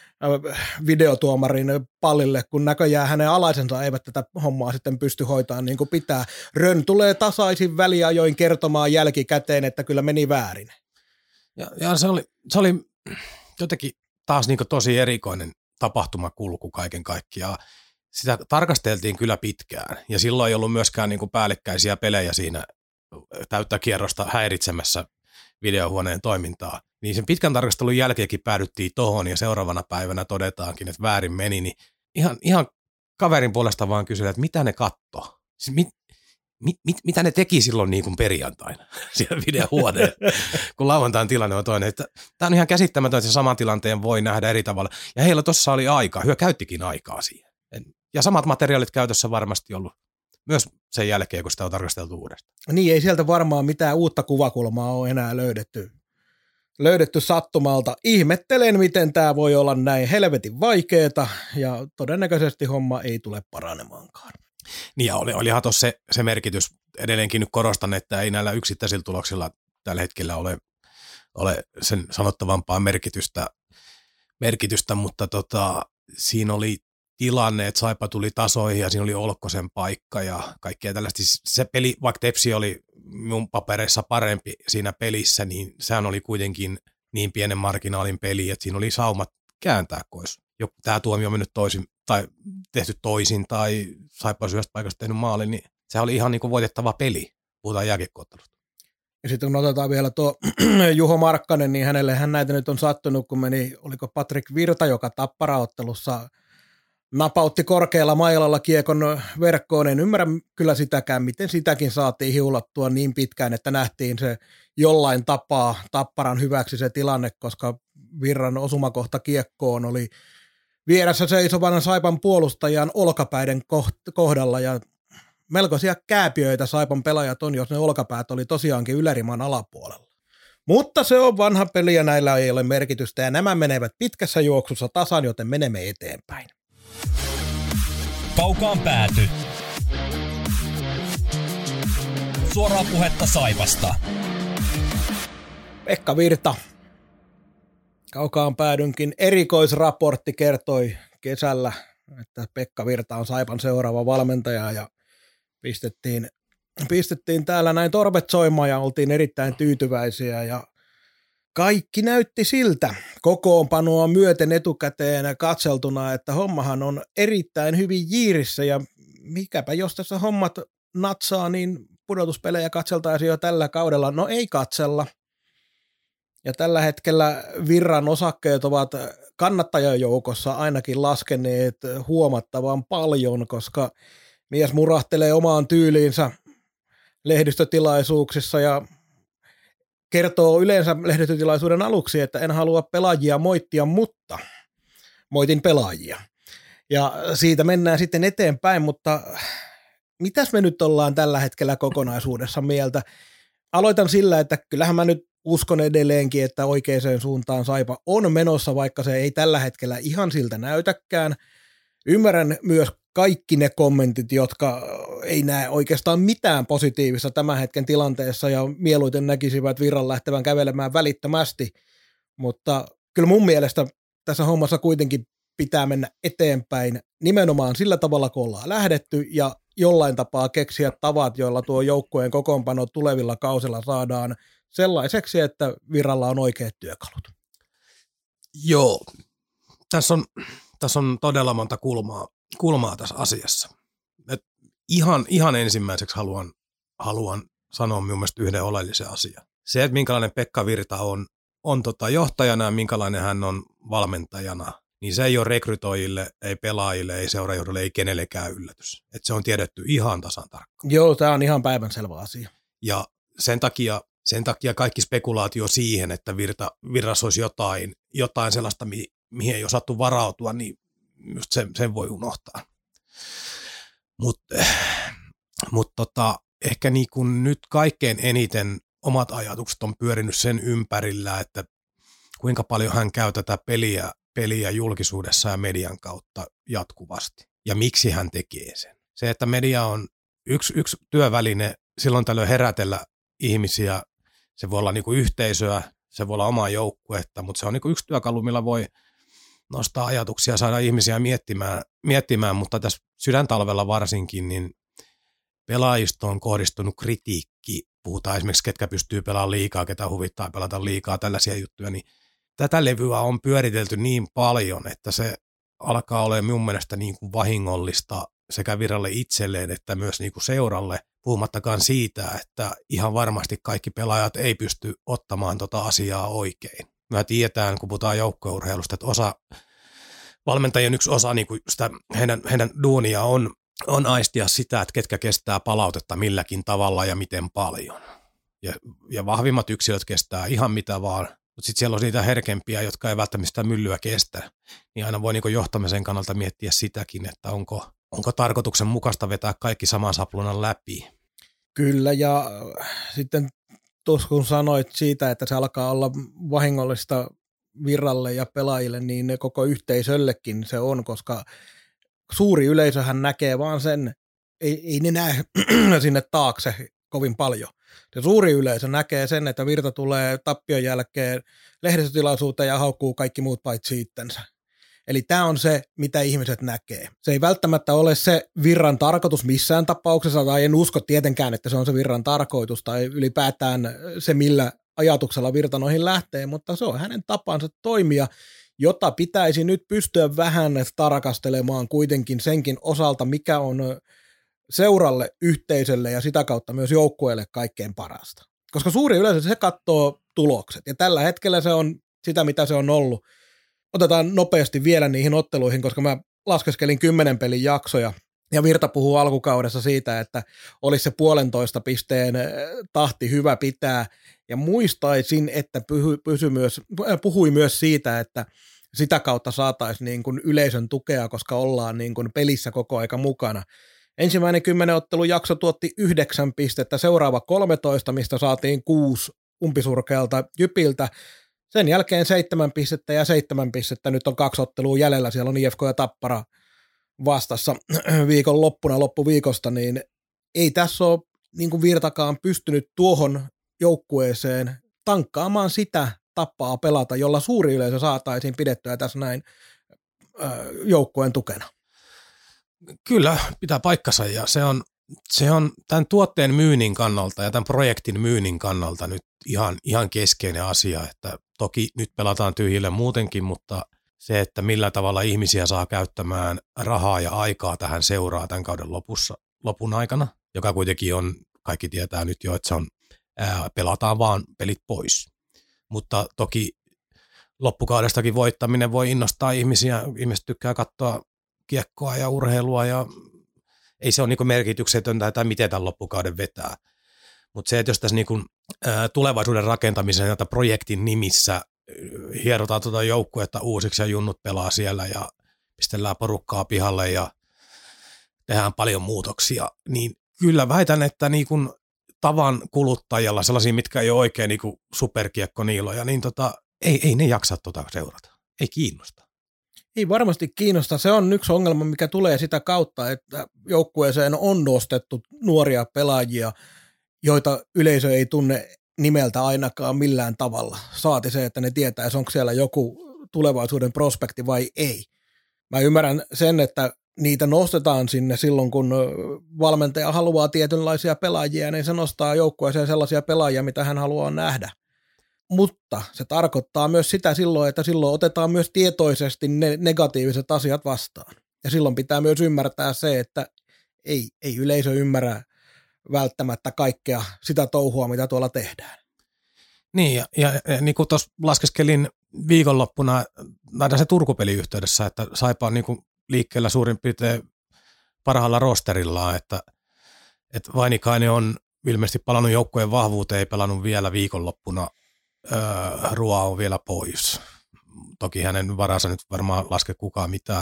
videotuomarin pallille, kun näköjään hänen alaisensa eivät tätä hommaa sitten pysty hoitamaan niin kuin pitää. Rönn tulee tasaisin väliajoin kertomaan jälkikäteen, että kyllä meni väärin. Ja, ja se, oli, se oli jotenkin taas niin kuin tosi erikoinen tapahtumakulku kaiken kaikkiaan. Sitä tarkasteltiin kyllä pitkään, ja silloin ei ollut myöskään niin kuin päällekkäisiä pelejä siinä täyttä kierrosta häiritsemässä videohuoneen toimintaa. Niin sen pitkän tarkastelun jälkeenkin päädyttiin tohon, ja seuraavana päivänä todetaankin, että väärin meni, niin ihan, ihan kaverin puolesta vaan kysyä, että mitä ne kattoo? Siis mit, mit, mit, mitä ne teki silloin niin kuin perjantaina siellä videohuoneen, kun lauantain tilanne on toinen. Tämä on ihan käsittämätöntä, että se saman tilanteen voi nähdä eri tavalla. Ja heillä tuossa oli aikaa, hyö käyttikin aikaa siihen. Ja samat materiaalit käytössä varmasti ollut myös sen jälkeen, kun sitä on tarkasteltu uudestaan. Niin, ei sieltä varmaan mitään uutta kuvakulmaa ole enää löydetty. löydetty sattumalta. Ihmettelen, miten tämä voi olla näin helvetin vaikeeta, ja todennäköisesti homma ei tule paranemaankaan. Niin, ja oli, olihan tuossa se, se merkitys, edelleenkin nyt korostan, että ei näillä yksittäisillä tuloksilla tällä hetkellä ole, ole sen sanottavampaa merkitystä, merkitystä mutta tota, siinä oli tilanne, että Saipa tuli tasoihin ja siinä oli Olkkosen paikka ja kaikkea tällaista. Se peli, vaikka Tepsi oli mun papereissa parempi siinä pelissä, niin sehän oli kuitenkin niin pienen marginaalin peli, että siinä oli saumat kääntää, kun olisi joku tämä tuomio mennyt toisin tai tehty toisin tai Saipa syöstä paikasta tehnyt maalin, niin se oli ihan niin kuin voitettava peli. Puhutaan jääkiekko-ottelusta. Ja sitten kun otetaan vielä tuo Juho Markkanen, niin hänellehän näitä nyt on sattunut, kun meni, oliko Patrik Virta, joka Tappara-ottelussa napautti korkealla mailalla kiekon verkkoon. En ymmärrä kyllä sitäkään, miten sitäkin saatiin hiulattua niin pitkään, että nähtiin se jollain tapaa Tapparan hyväksi se tilanne, koska Virran osumakohta kiekkoon oli vieressä seisovan Saipan puolustajan olkapäiden kohdalla, ja melkoisia kääpiöitä Saipan pelaajat on, jos ne olkapäät oli tosiaankin yläriman alapuolella. Mutta se on vanha peli ja näillä ei ole merkitystä, ja nämä menevät pitkässä juoksussa tasan, joten menemme eteenpäin. Kaukaan pääty. Suoraa puhetta Saipasta. Pekka Virta. Kaukaan päädynkin erikoisraportti kertoi kesällä, että Pekka Virta on Saipan seuraava valmentaja, ja pistettiin pistettiin täällä näin torvet soimaan ja oltiin erittäin tyytyväisiä ja kaikki näytti siltä kokoonpanoa myöten etukäteen katseltuna, että hommahan on erittäin hyvin jiirissä ja mikäpä jos tässä hommat natsaa, niin pudotuspelejä katseltaisiin jo tällä kaudella. No ei katsella. Ja tällä hetkellä Virran osakkeet ovat kannattajajoukossa ainakin laskeneet huomattavan paljon, koska mies murahtelee omaan tyyliinsä lehdistötilaisuuksissa ja kertoo yleensä lehdistötilaisuuden aluksi, että en halua pelaajia moittia, mutta moitin pelaajia. Ja siitä mennään sitten eteenpäin, mutta mitäs me nyt ollaan tällä hetkellä kokonaisuudessa mieltä? Aloitan sillä, että kyllähän mä nyt uskon edelleenkin, että oikeaan suuntaan Saipa on menossa, vaikka se ei tällä hetkellä ihan siltä näytäkään. Ymmärrän myös kaikki ne kommentit, jotka ei näe oikeastaan mitään positiivista tämän hetken tilanteessa ja mieluiten näkisivät Virran lähtevän kävelemään välittömästi, mutta kyllä mun mielestä tässä hommassa kuitenkin pitää mennä eteenpäin nimenomaan sillä tavalla, kun ollaan lähdetty ja jollain tapaa keksiä tavat, joilla tuo joukkueen kokoonpano tulevilla kausilla saadaan sellaiseksi, että Virralla on oikeat työkalut. Joo, tässä on, tässä on todella monta kulmaa, kulmaa tässä asiassa. Et ihan, ihan ensimmäiseksi haluan, haluan sanoa minun mielestä yhden oleellisen asian. Se, että minkälainen Pekka Virta on, on tota johtajana ja minkälainen hän on valmentajana, niin se ei ole rekrytoijille, ei pelaajille, ei seurajohdolle, ei kenellekään yllätys. Että se on tiedetty ihan tasan tarkkaan. Joo, tämä on ihan päivänselvä asia. Ja sen takia, sen takia kaikki spekulaatio siihen, että Virta, Virrassa olisi jotain, jotain sellaista, mi, mihin ei osattu varautua, niin just sen, sen voi unohtaa. Mutta mut tota, ehkä niin kuin nyt kaikkein eniten omat ajatukset on pyörinyt sen ympärillä, että kuinka paljon hän käy tätä peliä, peliä julkisuudessa ja median kautta jatkuvasti. Ja miksi hän tekee sen. Se, että media on yksi, yksi työväline silloin tällöin herätellä ihmisiä. Se voi olla niin kuin yhteisöä, se voi olla omaa joukkuetta, mutta se on niin kuin yksi työkalu, millä voi nostaa ajatuksia ja saada ihmisiä miettimään, miettimään, mutta tässä sydäntalvella varsinkin, niin pelaajistoon on kohdistunut kritiikki. Puhutaan esimerkiksi, ketkä pystyy pelaamaan liikaa, ketä huvittaa pelata liikaa, tällaisia juttuja, niin tätä levyä on pyöritelty niin paljon, että se alkaa olemaan minun mielestä niin kuin vahingollista sekä Virralle itselleen että myös niin kuin seuralle, puhumattakaan siitä, että ihan varmasti kaikki pelaajat ei pysty ottamaan tota asiaa oikein. Me tiedetään, kun puhutaan joukkueurheilusta, että osa valmentajien yksi osa niin kuin sitä heidän, heidän duunia on, on aistia sitä, että ketkä kestää palautetta milläkin tavalla ja miten paljon. Ja, ja vahvimmat yksilöt kestää ihan mitä vaan, mutta sitten siellä on niitä herkempiä, jotka ei välttämättä sitä myllyä kestä. Niin aina voi niin kuin johtamisen kannalta miettiä sitäkin, että onko, onko tarkoituksen mukaista vetää kaikki saman sapluunan läpi. Kyllä, ja sitten tuossa kun sanoit siitä, että se alkaa olla vahingollista Virralle ja pelaajille, niin koko yhteisöllekin se on, koska suuri yleisöhän näkee vaan sen, ei, ei ne näe sinne taakse kovin paljon. Se suuri yleisö näkee sen, että Virta tulee tappion jälkeen lehdistötilaisuuteen ja haukkuu kaikki muut paitsi itsensä. Eli tämä on se, mitä ihmiset näkee. Se ei välttämättä ole se Virran tarkoitus missään tapauksessa, tai en usko tietenkään, että se on se Virran tarkoitus, tai ylipäätään se, millä ajatuksella Virta noihin lähtee, mutta se on hänen tapansa toimia, jota pitäisi nyt pystyä vähän tarkastelemaan kuitenkin senkin osalta, mikä on seuralle, yhteisölle ja sitä kautta myös joukkueelle kaikkein parasta. Koska suuri yleisö se katsoo tulokset, ja tällä hetkellä se on sitä, mitä se on ollut. Otetaan nopeasti vielä niihin otteluihin, koska mä laskeskelin kymmenen pelin jaksoja, ja Virta puhuu alkukaudessa siitä, että olisi se puolentoista pisteen tahti hyvä pitää, ja muistaisin, että pysy myös, puhui myös siitä, että sitä kautta saataisiin niin kuin yleisön tukea, koska ollaan niin kuin pelissä koko aika mukana. Ensimmäinen kymmenen ottelun jakso tuotti yhdeksän pistettä, seuraava kolmetoista, mistä saatiin kuusi umpisurkealta Jypiltä. Sen jälkeen seitsemän pistettä ja seitsemän pistettä, nyt on kaksi ottelua jäljellä, siellä on I F K ja Tappara vastassa viikon loppuna loppuviikosta, niin ei tässä ole niin kuin Virtakaan pystynyt tuohon joukkueeseen tankkaamaan sitä tappaa pelata, jolla suuri yleisö saataisiin pidettyä tässä näin joukkueen tukena. Kyllä, pitää paikkansa ja se on, se on tämän tuotteen myynnin kannalta ja tämän projektin myynnin kannalta nyt ihan, ihan keskeinen asia, että toki nyt pelataan tyhjille muutenkin, mutta se, että millä tavalla ihmisiä saa käyttämään rahaa ja aikaa tähän seuraa tämän kauden lopussa, lopun aikana, joka kuitenkin on, kaikki tietää nyt jo, että se on, ää, pelataan vaan pelit pois. Mutta toki loppukaudestakin voittaminen voi innostaa ihmisiä, ihmiset tykkää katsoa kiekkoa ja urheilua ja ei se ole niin merkityksetöntä, tai miten tämän loppukauden vetää. Mutta se, että jos tässä niin tulevaisuuden rakentamisen ja projektin nimissä hierotaan tuota joukkuetta uusiksi ja junnut pelaa siellä ja pistellään porukkaa pihalle ja tehdään paljon muutoksia, niin kyllä väitän, että niin kuin tavan kuluttajalla, sellaisia, mitkä ei ole oikein niin kuin superkiekkoniiloja, niin tota, ei, ei ne jaksa tuota seurata. Ei kiinnosta. Ei varmasti kiinnosta. Se on yksi ongelma, mikä tulee sitä kautta, että joukkueeseen on nostettu nuoria pelaajia, joita yleisö ei tunne nimeltä ainakaan millään tavalla. Saati se, että ne tietäisi, onko siellä joku tulevaisuuden prospekti vai ei. Mä ymmärrän sen, että niitä nostetaan sinne silloin, kun valmentaja haluaa tietynlaisia pelaajia, niin se nostaa joukkueeseen sellaisia pelaajia, mitä hän haluaa nähdä. Mutta se tarkoittaa myös sitä silloin, että silloin otetaan myös tietoisesti ne negatiiviset asiat vastaan. Ja silloin pitää myös ymmärtää se, että ei, ei yleisö ymmärrä välttämättä kaikkea sitä touhua, mitä tuolla tehdään. Niin, ja, ja, ja niin kuin tuossa laskeskelin viikonloppuna nähdään se Turku-peliyhteydessä, että Saipa on niin kuin liikkeellä suurin piirtein parhaalla rosterillaan, että, että Vainikainen on ilmeisesti palannut joukkueen vahvuuteen, ei pelannut vielä viikonloppuna, öö, Ruoa on vielä pois. Toki hänen varansa nyt varmaan laske kukaan mitään,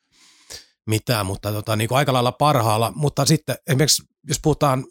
mitään mutta tota, niin kuin aika lailla parhaalla, mutta sitten esimerkiksi jos puhutaan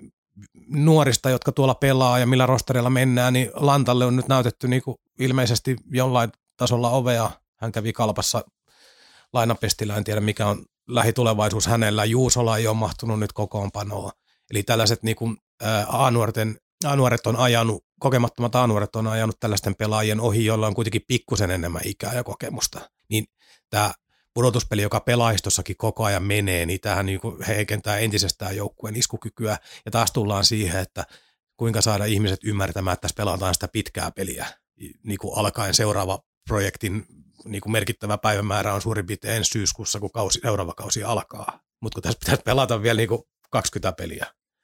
nuorista, jotka tuolla pelaa ja millä rosterilla mennään, niin Lantalle on nyt näytetty niin kuin ilmeisesti jollain tasolla ovea. Hän kävi Kalpassa lainapestillä, en tiedä mikä on lähitulevaisuus hänellä. Juusola ei ole mahtunut nyt kokoonpanoa. Eli tällaiset niin kuin A-nuorten, A-nuoret on ajanut, kokemattomat A-nuoret on ajanut tällaisten pelaajien ohi, joilla on kuitenkin pikkusen enemmän ikää ja kokemusta. Niin tämä pudotuspeli, joka pelaajistossakin koko ajan menee, niin tämähän niin kuin heikentää entisestään joukkueen iskukykyä. Ja taas tullaan siihen, että kuinka saada ihmiset ymmärtämään, että tässä pelataan sitä pitkää peliä. Niin kuin alkaen seuraava projektin niin kuin merkittävä päivämäärä on suurin piirtein ensi syyskuussa, kun kausi, seuraava kausi alkaa. Mutta kun tässä pitäisi pelata vielä niin kuin kaksikymmentä peliä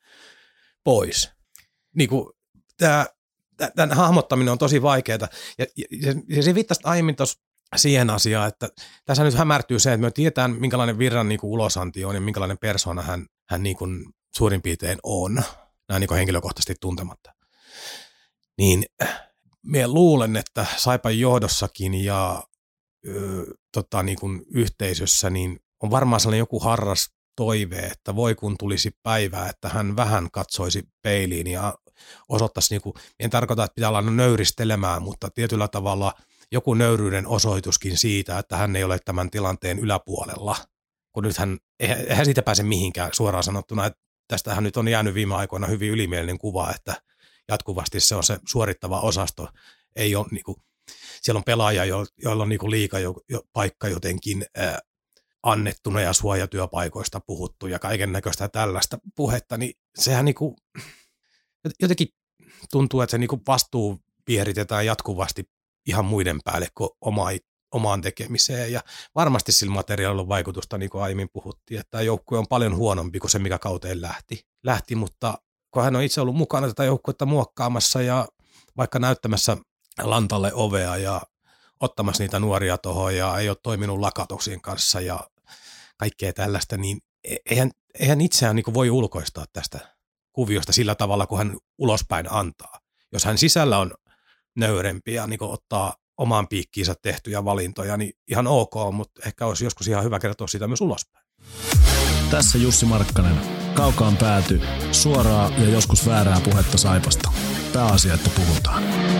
pois. Niin kuin tämä, tämän hahmottaminen on tosi vaikeaa. Ja, ja, ja se viittasi aiemmin tuossa siihen asiaan, että tässä nyt hämärtyy se, että me tiedetään, minkälainen Virran niin kuin ulosanti on ja minkälainen persoona hän, hän niin kuin suurin piirtein on, näin niin kuin henkilökohtaisesti tuntematta. Niin minä luulen, että Saipan johdossakin ja ö, tota, niin kuin yhteisössä niin on varmaan sellainen joku harras toive, että voi kun tulisi päivää, että hän vähän katsoisi peiliin ja osoittaisi, niin kuin, en tarkoita, että pitää olla nöyristelemään, mutta tietyllä tavalla joku nöyryyden osoituskin siitä, että hän ei ole tämän tilanteen yläpuolella, kun nyt hän, eihän siitä pääse mihinkään suoraan sanottuna, että tästähän nyt on jäänyt viime aikoina hyvin ylimielinen kuva, että jatkuvasti se on se suorittava osasto, ei ole niin kuin, siellä on pelaaja, joilla on niin kuin liiga jo, jo, paikka jotenkin ää, annettuna ja suojatyöpaikoista puhuttu ja kaiken näköistä tällaista puhetta, niin sehän niin kuin, jotenkin tuntuu, että se niin kuin vastuu vieritetään jatkuvasti ihan muiden päälle kuin oma, omaan tekemiseen. Ja varmasti sillä materiaalilla on vaikutusta, niin kuin aiemmin puhuttiin, että tämä joukkue on paljon huonompi kuin se, mikä kauteen lähti. lähti mutta kun hän on itse ollut mukana tätä joukkuetta muokkaamassa ja vaikka näyttämässä Lantalle ovea ja ottamassa niitä nuoria tuohon ja ei ole toiminut Lakatoksien kanssa ja kaikkea tällaista, niin eihän, eihän itseään niin kuin voi ulkoistaa tästä kuviosta sillä tavalla, kun hän ulospäin antaa. Jos hän sisällä on nöyrempi ja niin ottaa omaan piikkiinsä tehtyjä valintoja, niin ihan ok, mutta ehkä olisi joskus ihan hyvä kertoa siitä myös ulospäin. Tässä Jussi Markkanen. Kaukaan pääty. Suoraa ja joskus väärää puhetta Saipasta. Pääasia, että puhutaan.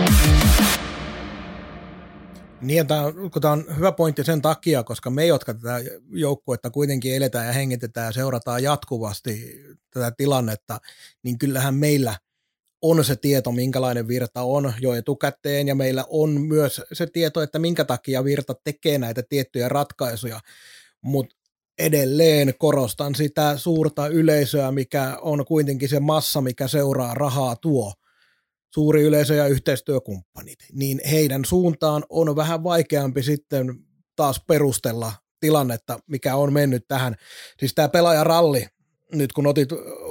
Niin, tämä on, tämä on hyvä pointti sen takia, koska me, jotka tätä joukkuetta kuitenkin eletään ja hengitetään ja seurataan jatkuvasti tätä tilannetta, niin kyllähän meillä on se tieto, minkälainen Virta on jo etukäteen, ja meillä on myös se tieto, että minkä takia Virta tekee näitä tiettyjä ratkaisuja, mutta edelleen korostan sitä suurta yleisöä, mikä on kuitenkin se massa, mikä seuraa rahaa tuo, suuri yleisö ja yhteistyökumppanit, niin heidän suuntaan on vähän vaikeampi sitten taas perustella tilannetta, mikä on mennyt tähän. Siis tämä pelaajaralli, nyt kun otit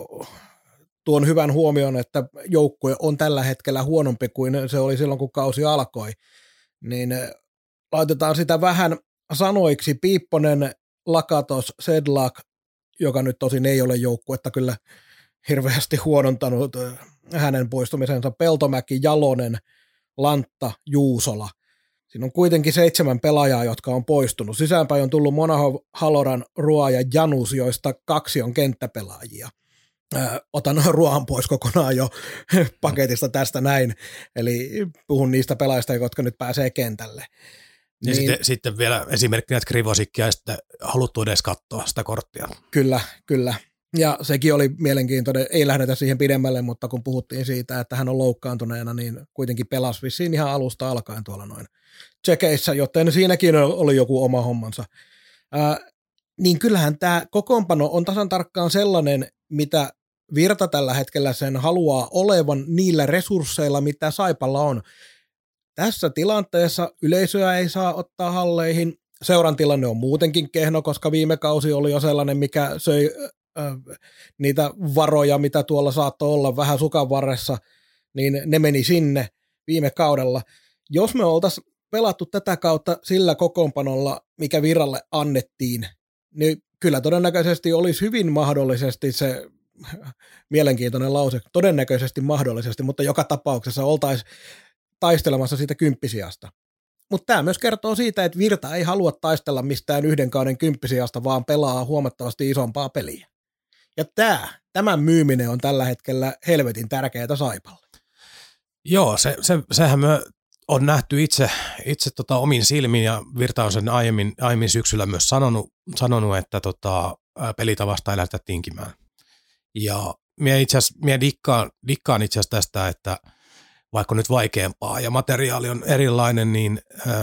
tuon hyvän huomioon, että joukkue on tällä hetkellä huonompi kuin se oli silloin, kun kausi alkoi, niin laitetaan sitä vähän sanoiksi. Piipponen, Lakatos, Sedlak, joka nyt tosin ei ole joukkuetta kyllä hirveästi huonontanut hänen poistumisensa, Peltomäki, Jalonen, Lantta, Juusola. Siinä on kuitenkin seitsemän pelaajaa, jotka on poistunut. Sisäänpäin on tullut Monahov, Haloran, Ruoa ja Janus, joista kaksi on kenttäpelaajia. Ö, otan Ruoan pois kokonaan jo paketista tästä näin, eli puhun niistä pelaajista, jotka nyt pääsee kentälle. Ja niin, sitten, sitten vielä esimerkkinä, että Krivosikkia ja sitten haluttu edes katsoa sitä korttia. Kyllä, kyllä. Ja sekin oli mielenkiintoinen, ei lähdetä siihen pidemmälle, mutta kun puhuttiin siitä, että hän on loukkaantuneena, niin kuitenkin pelasi vissiin ihan alusta alkaen tuolla noin tsekeissä, joten siinäkin oli joku oma hommansa. Ää, niin kyllähän tämä kokoonpano on tasan tarkkaan sellainen, mitä Virta tällä hetkellä sen haluaa olevan niillä resursseilla, mitä Saipalla on. Tässä tilanteessa yleisöä ei saa ottaa halleihin. Seuran tilanne on muutenkin kehno, koska viime kausi oli jo sellainen, mikä söi äh, niitä varoja, mitä tuolla saattoi olla vähän sukan varressa, niin ne meni sinne viime kaudella. Jos me oltaisiin pelattu tätä kautta sillä kokoonpanolla, mikä Viralle annettiin, niin kyllä todennäköisesti olisi hyvin mahdollisesti se mielenkiintoinen lause, todennäköisesti mahdollisesti, mutta joka tapauksessa oltaisiin taistelemassa siitä kymppisijasta. Mutta tämä myös kertoo siitä, että Virta ei halua taistella mistään yhden kauden kymppisijasta, vaan pelaa huomattavasti isompaa peliä. Ja tämä, tämän myyminen on tällä hetkellä helvetin tärkeää Saipalle. Joo, se, se, sehän me on nähty itse, itse tota omin silmin, ja Virta on sen aiemmin, aiemmin syksyllä myös sanonut, sanonut että tota, pelitavasta ei lähdetä tinkimään. Ja minä itse asiassa, minä dikkaan, dikkaan itse asiassa tästä, että vaikka nyt vaikeampaa ja materiaali on erilainen, niin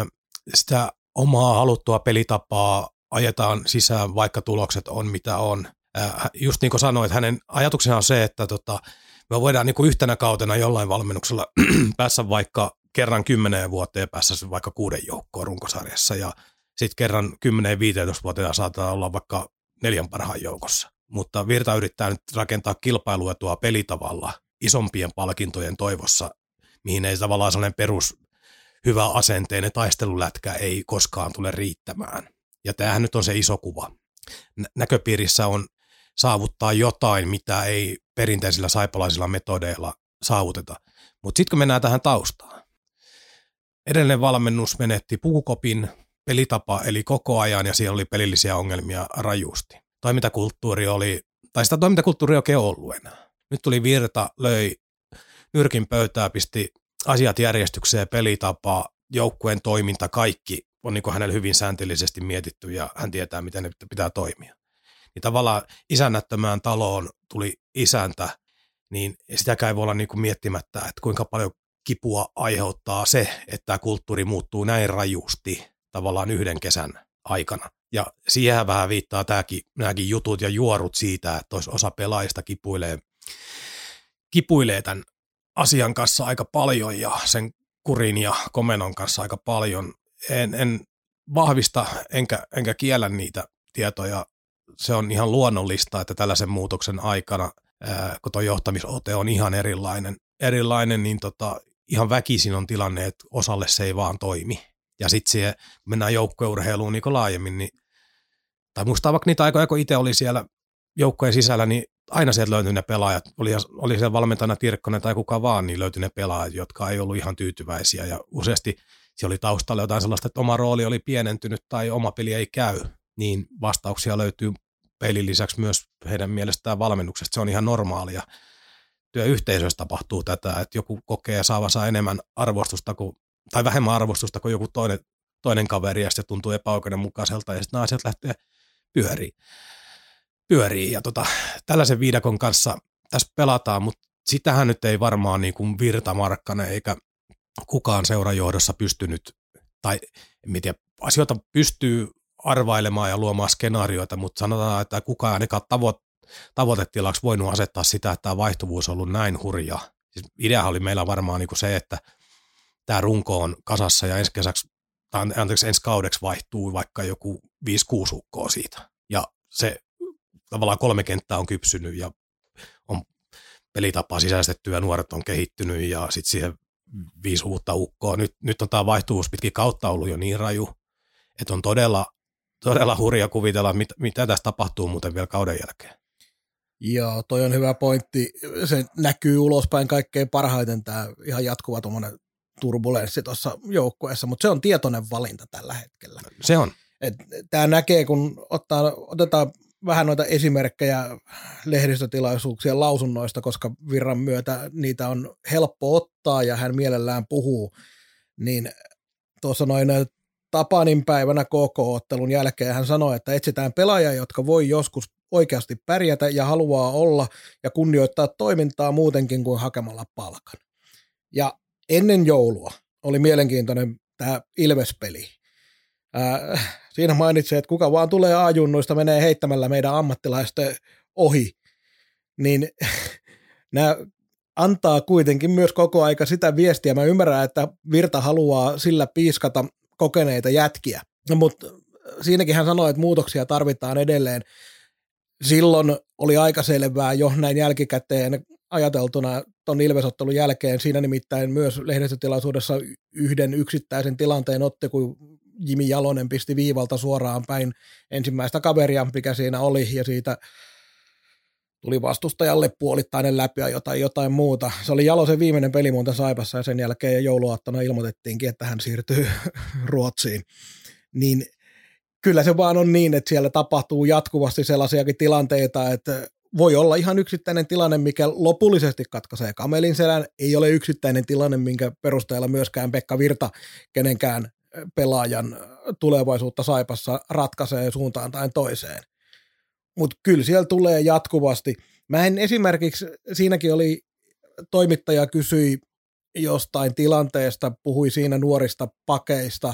sitä omaa haluttua pelitapaa ajetaan sisään, vaikka tulokset on mitä on. Just niin kuin sanoit, hänen ajatuksensa on se, että tota, me voidaan niin kuin yhtenä kautena jollain valmennuksella päässä vaikka kerran kymmeneen vuoteen päässä vaikka kuuden joukkoon runkosarjassa ja sitten kerran kymmeneen viisitoista vuoteen saattaa olla vaikka neljän parhaan joukossa. Mutta Virta yrittää nyt rakentaa kilpailuetua pelitavalla isompien palkintojen toivossa, mihin ei tavallaan sellainen perus hyvä asenteinen taistelulätkä ei koskaan tule riittämään. Ja tämähän nyt on se iso kuva. Näköpiirissä on saavuttaa jotain, mitä ei perinteisillä saipalaisilla metodeilla saavuteta. Mutta sitten kun mennään tähän taustaan. Edellinen valmennus menetti pukukopin, pelitapa eli koko ajan ja siellä oli pelillisiä ongelmia rajusti. Toimintakulttuuri oli, tai sitä toimintakulttuuria ei oikein ollut enää. Nyt tuli Virta, löi nyrkin pöytää, pisti asiat järjestykseen, pelitapa, joukkueen toiminta, kaikki on niin kuin hänellä hyvin sääntöllisesti mietitty ja hän tietää, miten ne pitää toimia. Niin tavallaan isännättömään taloon tuli isäntä, niin sitäkään ei voi olla niin kuin miettimättä, että kuinka paljon kipua aiheuttaa se, että tämä kulttuuri muuttuu näin rajusti tavallaan yhden kesän aikana. Ja siihen vähän viittaa tämäkin, nämäkin jutut ja juorut siitä, että osa pelaajista kipuilee, kipuilee tämän asian kanssa aika paljon ja sen kurin ja komenon kanssa aika paljon. En, en vahvista enkä, enkä kiellä niitä tietoja. Se on ihan luonnollista, että tällaisen muutoksen aikana, ää, kun tuo johtamisote on ihan erilainen, erilainen niin tota, ihan väkisin on tilanne, että osalle se ei vaan toimi. Ja sitten siihen, kun mennään joukkueurheiluun niin laajemmin, niin, tai muistaa vaikka niitä aikoja, kun itse oli siellä joukkojen sisällä, niin aina sieltä löytyi ne pelaajat, oli, oli siellä valmentajana Tirkkonen tai kuka vaan, niin löytyi ne pelaajat, jotka ei ollut ihan tyytyväisiä ja useasti siellä oli taustalla jotain sellaista, että oma rooli oli pienentynyt tai oma peli ei käy, niin vastauksia löytyy pelin lisäksi myös heidän mielestään valmennuksesta, se on ihan normaalia. Työyhteisössä tapahtuu tätä, että joku kokee saavansa enemmän arvostusta kuin, tai vähemmän arvostusta kuin joku toinen, toinen kaveri ja se tuntuu epäoikeudenmukaiselta ja sitten naiset lähtee pyöriin. pyörii ja tota, tällaisen viidakon kanssa tässä pelataan, mutta sitähän nyt ei varmaan niin kuin Virta Markkanen eikä kukaan seurajohdossa pystynyt, tai en tiedä, asioita pystyy arvailemaan ja luomaan skenaarioita, mutta sanotaan, että kukaan ainakaan tavo- tavoitetilaksi voinut asettaa sitä, että tämä vaihtuvuus on ollut näin hurja. Siis ideahan oli meillä varmaan niin kuin se, että tämä runko on kasassa ja ensi kesäksi, tai anteeksi, ensi kaudeksi vaihtuu vaikka joku viisi kuusi ukkoa siitä. Ja se tavallaan kolme kenttää on kypsynyt ja on pelitapaa sisäistetty ja nuoret on kehittynyt ja sitten siihen viisi uutta ukkoa. Nyt, nyt on tämä vaihtuvuus pitkin kautta ollut jo niin raju, että on todella, todella hurja kuvitella, mit, mitä tässä tapahtuu muuten vielä kauden jälkeen. Joo, toi on hyvä pointti. Se näkyy ulospäin kaikkein parhaiten tämä ihan jatkuva tuommoinen turbulenssi tuossa joukkueessa, mutta se on tietoinen valinta tällä hetkellä. Se on. Tämä näkee, kun ottaa, otetaan vähän noita esimerkkejä lehdistötilaisuuksien lausunnoista, koska Virran myötä niitä on helppo ottaa ja hän mielellään puhuu, niin tuossa noin Tapanin päivänä K K-ottelun jälkeen hän sanoi, että etsitään pelaajia, jotka voi joskus oikeasti pärjätä ja haluaa olla ja kunnioittaa toimintaa muutenkin kuin hakemalla palkan. Ja ennen joulua oli mielenkiintoinen tämä Ilves-peli. Ää, siinä mainitsi, että kuka vaan tulee A-junnuista, menee heittämällä meidän ammattilaisten ohi, niin nämä antaa kuitenkin myös koko aika sitä viestiä. Mä ymmärrän, että Virta haluaa sillä piiskata kokeneita jätkiä, mutta siinäkin hän sanoi, että muutoksia tarvitaan edelleen. Silloin oli aika selvää jo näin jälkikäteen ajateltuna tuon Ilves-ottelun jälkeen. Siinä nimittäin myös lehdistötilaisuudessa yhden yksittäisen tilanteen otti, kun Jimi Jalonen pisti viivalta suoraan päin ensimmäistä kaveria, mikä siinä oli, ja siitä tuli vastustajalle puolittainen läpi ja jotain, jotain muuta. Se oli Jalosen viimeinen peli muuten Saipassa, ja sen jälkeen jouluaattona ilmoitettiinkin, että hän siirtyy Ruotsiin. Niin kyllä se vaan on niin, että siellä tapahtuu jatkuvasti sellaisiakin tilanteita, että voi olla ihan yksittäinen tilanne, mikä lopullisesti katkaisee kamelin selän. Ei ole yksittäinen tilanne, minkä perusteella myöskään Pekka Virta kenenkään pelaajan tulevaisuutta Saipassa ratkaisee suuntaan tai toiseen. Mutta kyllä siellä tulee jatkuvasti. Mä en esimerkiksi, siinäkin oli toimittaja kysyi jostain tilanteesta, puhui siinä nuorista pakeista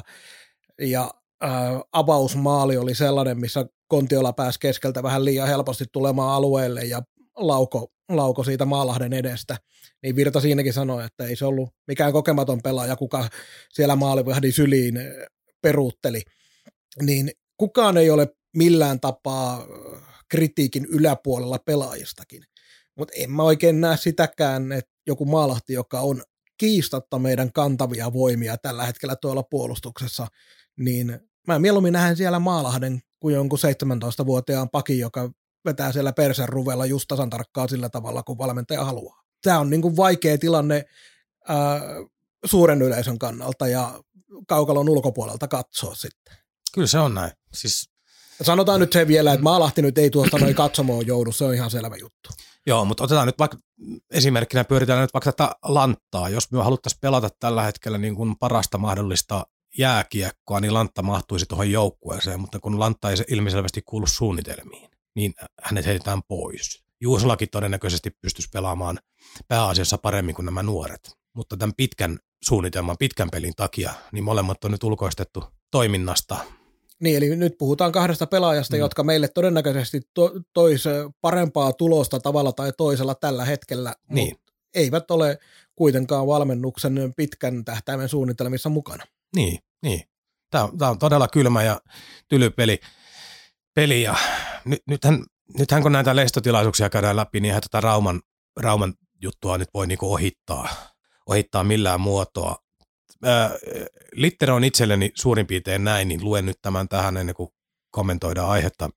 ja ää, avausmaali oli sellainen, missä Kontiola pääsi keskeltä vähän liian helposti tulemaan alueelle ja lauko, lauko siitä Maalahden edestä. Niin Virta siinäkin sanoi, että ei se ollut mikään kokematon pelaaja, kuka siellä maalivahdin syliin peruutteli. Niin kukaan ei ole millään tapaa kritiikin yläpuolella pelaajistakin. Mutta en mä oikein näe sitäkään, että joku Maalahti, joka on kiistatta meidän kantavia voimia tällä hetkellä tuolla puolustuksessa, niin mä mieluummin näen siellä Maalahden kuin jonkun seitsemäntoistavuotiaan pakin, joka vetää siellä persen ruvella just tasan tarkkaan sillä tavalla, kun valmentaja haluaa. Tämä on niin kuin vaikea tilanne ää, suuren yleisön kannalta ja kaukalon ulkopuolelta katsoa sitten. Kyllä se on näin. Siis sanotaan nyt se vielä, että Maalahti nyt ei tuosta noin katsomoon joudu, se on ihan selvä juttu. Joo, mutta otetaan nyt vaikka esimerkkinä, pyöritään nyt vaikka tätä Lanttaa. Jos me haluttaisiin pelata tällä hetkellä niin kuin parasta mahdollista jääkiekkoa, niin Lantta mahtuisi tuohon joukkueeseen, mutta kun Lantta ei ilmiselvästi kuulu suunnitelmiin, niin hänet heitetään pois. Juusolakin todennäköisesti pystyisi pelaamaan pääasiassa paremmin kuin nämä nuoret, mutta tämän pitkän suunnitelman, pitkän pelin takia, niin molemmat on nyt ulkoistettu toiminnasta. Niin, eli nyt puhutaan kahdesta pelaajasta, mm. jotka meille todennäköisesti to- tois parempaa tulosta tavalla tai toisella tällä hetkellä, niin. Mutta eivät ole kuitenkaan valmennuksen pitkän tähtäimen suunnitelmissa mukana. Niin, niin. Tämä, tämä on todella kylmä ja tyly peli. peli ja nyt, nythän, nythän kun näitä lestotilaisuuksia käydään läpi, niin eihän tätä Rauman, Rauman juttua nyt voi niinku ohittaa, ohittaa millään muotoa. Ää, Littero on itselleni suurin piirtein näin, niin luen nyt tämän tähän ennen kuin kommentoidaan aihetta.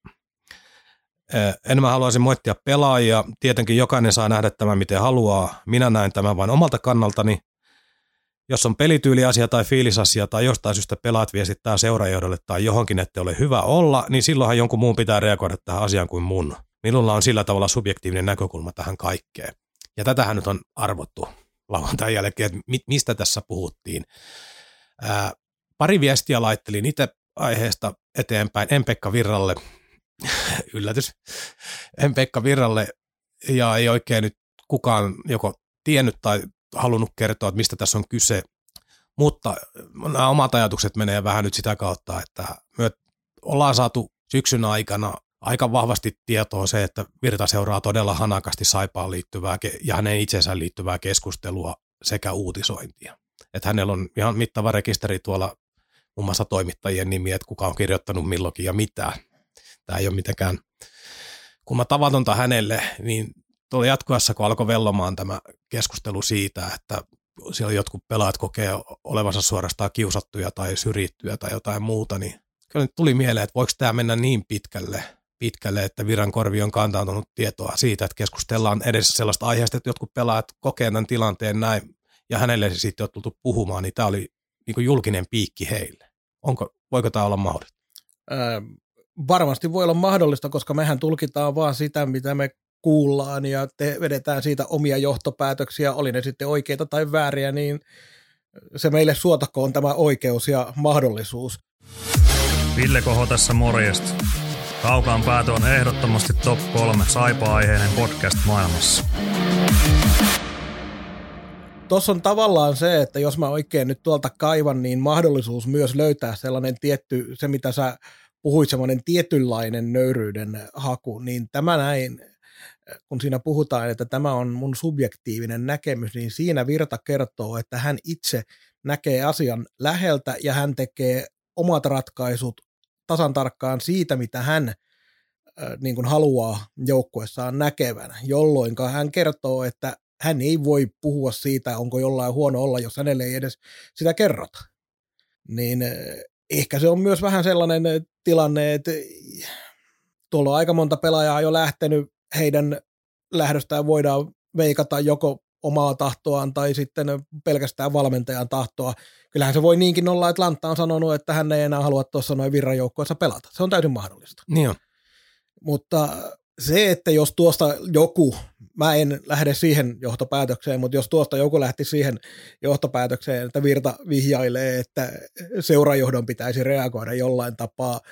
Ää, en mä haluaisin moittia pelaajia. Tietenkin jokainen saa nähdä tämän miten haluaa. Minä näen tämän vain omalta kannaltani. Jos on pelityyliasia tai fiilisasia tai jostain syystä pelaat viestittää seurajohdolle tai johonkin, että ole hyvä olla, niin silloinhan jonkun muun pitää reagoida tähän asiaan kuin mun. Minulla on sillä tavalla subjektiivinen näkökulma tähän kaikkeen. Ja tätähän nyt on arvottu lauantain jälkeen, että mistä tässä puhuttiin. Ää, pari viestiä laittelin itse aiheesta eteenpäin En-Pekka Virralle. Yllätys. En-Pekka Virralle ja ei oikein nyt kukaan joko tiennyt tai halunnut kertoa, että mistä tässä on kyse, mutta nämä omat ajatukset menee vähän nyt sitä kautta, että me ollaan saatu syksyn aikana aika vahvasti tietoa se, että Virta seuraa todella hanakasti Saipaan liittyvää ja hänen itsensä liittyvää keskustelua sekä uutisointia. Että hänellä on ihan mittava rekisteri tuolla muun muassa toimittajien nimiä, että kuka on kirjoittanut milloinkin ja mitä. Tämä ei ole mitenkään, kun mä tavatonta hänelle, niin tuolla jatkuvassa, kun alkoi vellomaan tämä keskustelu siitä, että siellä jotkut pelaajat kokee olevansa suorastaan kiusattuja tai syrjittyjä tai jotain muuta, niin kyllä nyt tuli mieleen, että voiko tämä mennä niin pitkälle, pitkälle, että Virran korvi on kantautunut tietoa siitä, että keskustellaan edessä sellaista aiheesta, että jotkut pelaajat kokee tämän tilanteen näin, ja hänelle sitten on tultu puhumaan, niin tämä oli niin kuin julkinen piikki heille. Onko, voiko tämä olla mahdollista? Ää, varmasti voi olla mahdollista, koska mehän tulkitaan vaan sitä, mitä me kuullaan, ja te vedetään siitä omia johtopäätöksiä, oli ne sitten oikeita tai vääriä, niin se meille suotakoon tämä oikeus ja mahdollisuus. Ville Koho tässä morjesta. Kaukaan päätö on ehdottomasti top kolme Saipa-aiheinen podcast maailmassa. Tuossa on tavallaan se, että jos mä oikein nyt tuolta kaivan, niin mahdollisuus myös löytää sellainen tietty, se mitä sä puhuit, semmoinen tietynlainen nöyryyden haku, niin tämä näin, kun siinä puhutaan, että tämä on mun subjektiivinen näkemys, niin siinä Virta kertoo, että hän itse näkee asian läheltä ja hän tekee omat ratkaisut tasan tarkkaan siitä, mitä hän äh, niin kuin haluaa joukkueessaan näkevän, jolloin hän kertoo, että hän ei voi puhua siitä, onko jollain huono olla, jos hänelle ei edes sitä kerrota. Niin äh, ehkä se on myös vähän sellainen tilanne, että tuolla on aika monta pelaajaa jo lähtenyt, heidän lähdöstään voidaan veikata joko omaa tahtoaan tai sitten pelkästään valmentajan tahtoa. Kyllähän se voi niinkin olla, että Lantta on sanonut, että hän ei enää halua tuossa noin Virran joukkueessa pelata. Se on täysin mahdollista. Niin on. Mutta se, että jos tuosta joku, mä en lähde siihen johtopäätökseen, mutta jos tuosta joku lähti siihen johtopäätökseen, että Virta vihjailee, että seurajohdon pitäisi reagoida jollain tapaa,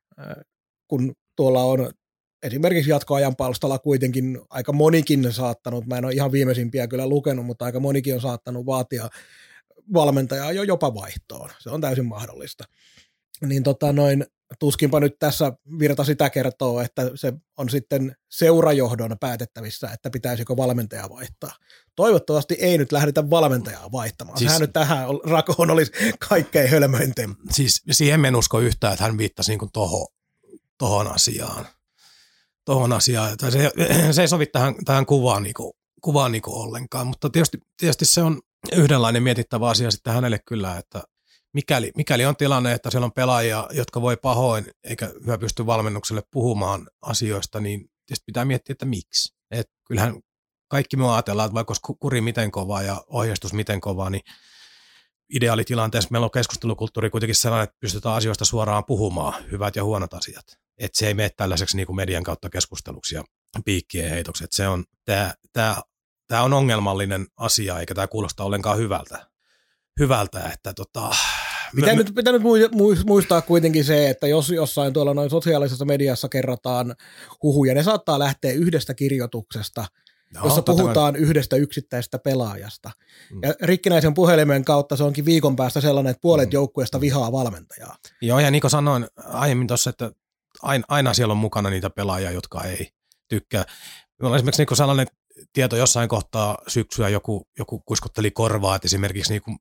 kun tuolla on esimerkiksi jatkoajan palstalla kuitenkin aika monikin saattanut, mä en ole ihan viimeisimpiä kyllä lukenut, mutta aika monikin on saattanut vaatia valmentajaa jo jopa vaihtoon. Se on täysin mahdollista. Niin tota noin, tuskinpa nyt tässä Virta sitä kertoo, että se on sitten seurajohdon päätettävissä, että pitäisikö valmentajaa vaihtaa. Toivottavasti ei nyt lähdetä valmentajaa vaihtamaan. Siis, Sehän nyt tähän rakoon olisi kaikkein hölmöin temppu. Siis siihen en usko yhtään, että hän viittasi niin kuin tohon, tohon asiaan. Tohon asiaan. Tai se, se ei sovi tähän, tähän kuvaan, niin kuin, kuvaan niin kuin ollenkaan, mutta tietysti, tietysti se on yhdenlainen mietittävä asia sitten hänelle kyllä, että mikäli, mikäli on tilanne, että siellä on pelaajia, jotka voi pahoin, eikä hyvä pysty valmennukselle puhumaan asioista, niin tietysti pitää miettiä, että miksi. Et kyllähän kaikki me ajatellaan, että vaikka olisi kuri miten kovaa ja ohjeistus miten kovaa, niin ideaalitilanteessa meillä on keskustelukulttuuri kuitenkin sellainen, että pystytään asioista suoraan puhumaan, hyvät ja huonot asiat. Että se ei mene tällaiseksi niin kuin median kautta keskusteluksi ja piikkien heitoksi. Että se on, tämä, tämä, tämä on ongelmallinen asia, eikä tämä kuulosta ollenkaan hyvältä. Hyvältä, että tota... Pitää, me, nyt, pitää nyt muistaa kuitenkin se, että jos jossain tuolla noin sosiaalisessa mediassa kerrotaan huhuja, ne saattaa lähteä yhdestä kirjoituksesta, no, jossa puhutaan tämän yhdestä yksittäisestä pelaajasta. Mm. Ja rikkinäisen puhelimen kautta se onkin viikon päästä sellainen, että puolet mm. joukkueesta vihaa valmentajaa. Joo, ja niin kuin sanoin aiemmin tuossa, että aina, aina siellä on mukana niitä pelaajia, jotka ei tykkää. Meillä on esimerkiksi niin sellainen tieto jossain kohtaa syksyä, joku, joku kuiskutteli korvaa, että esimerkiksi niin kuin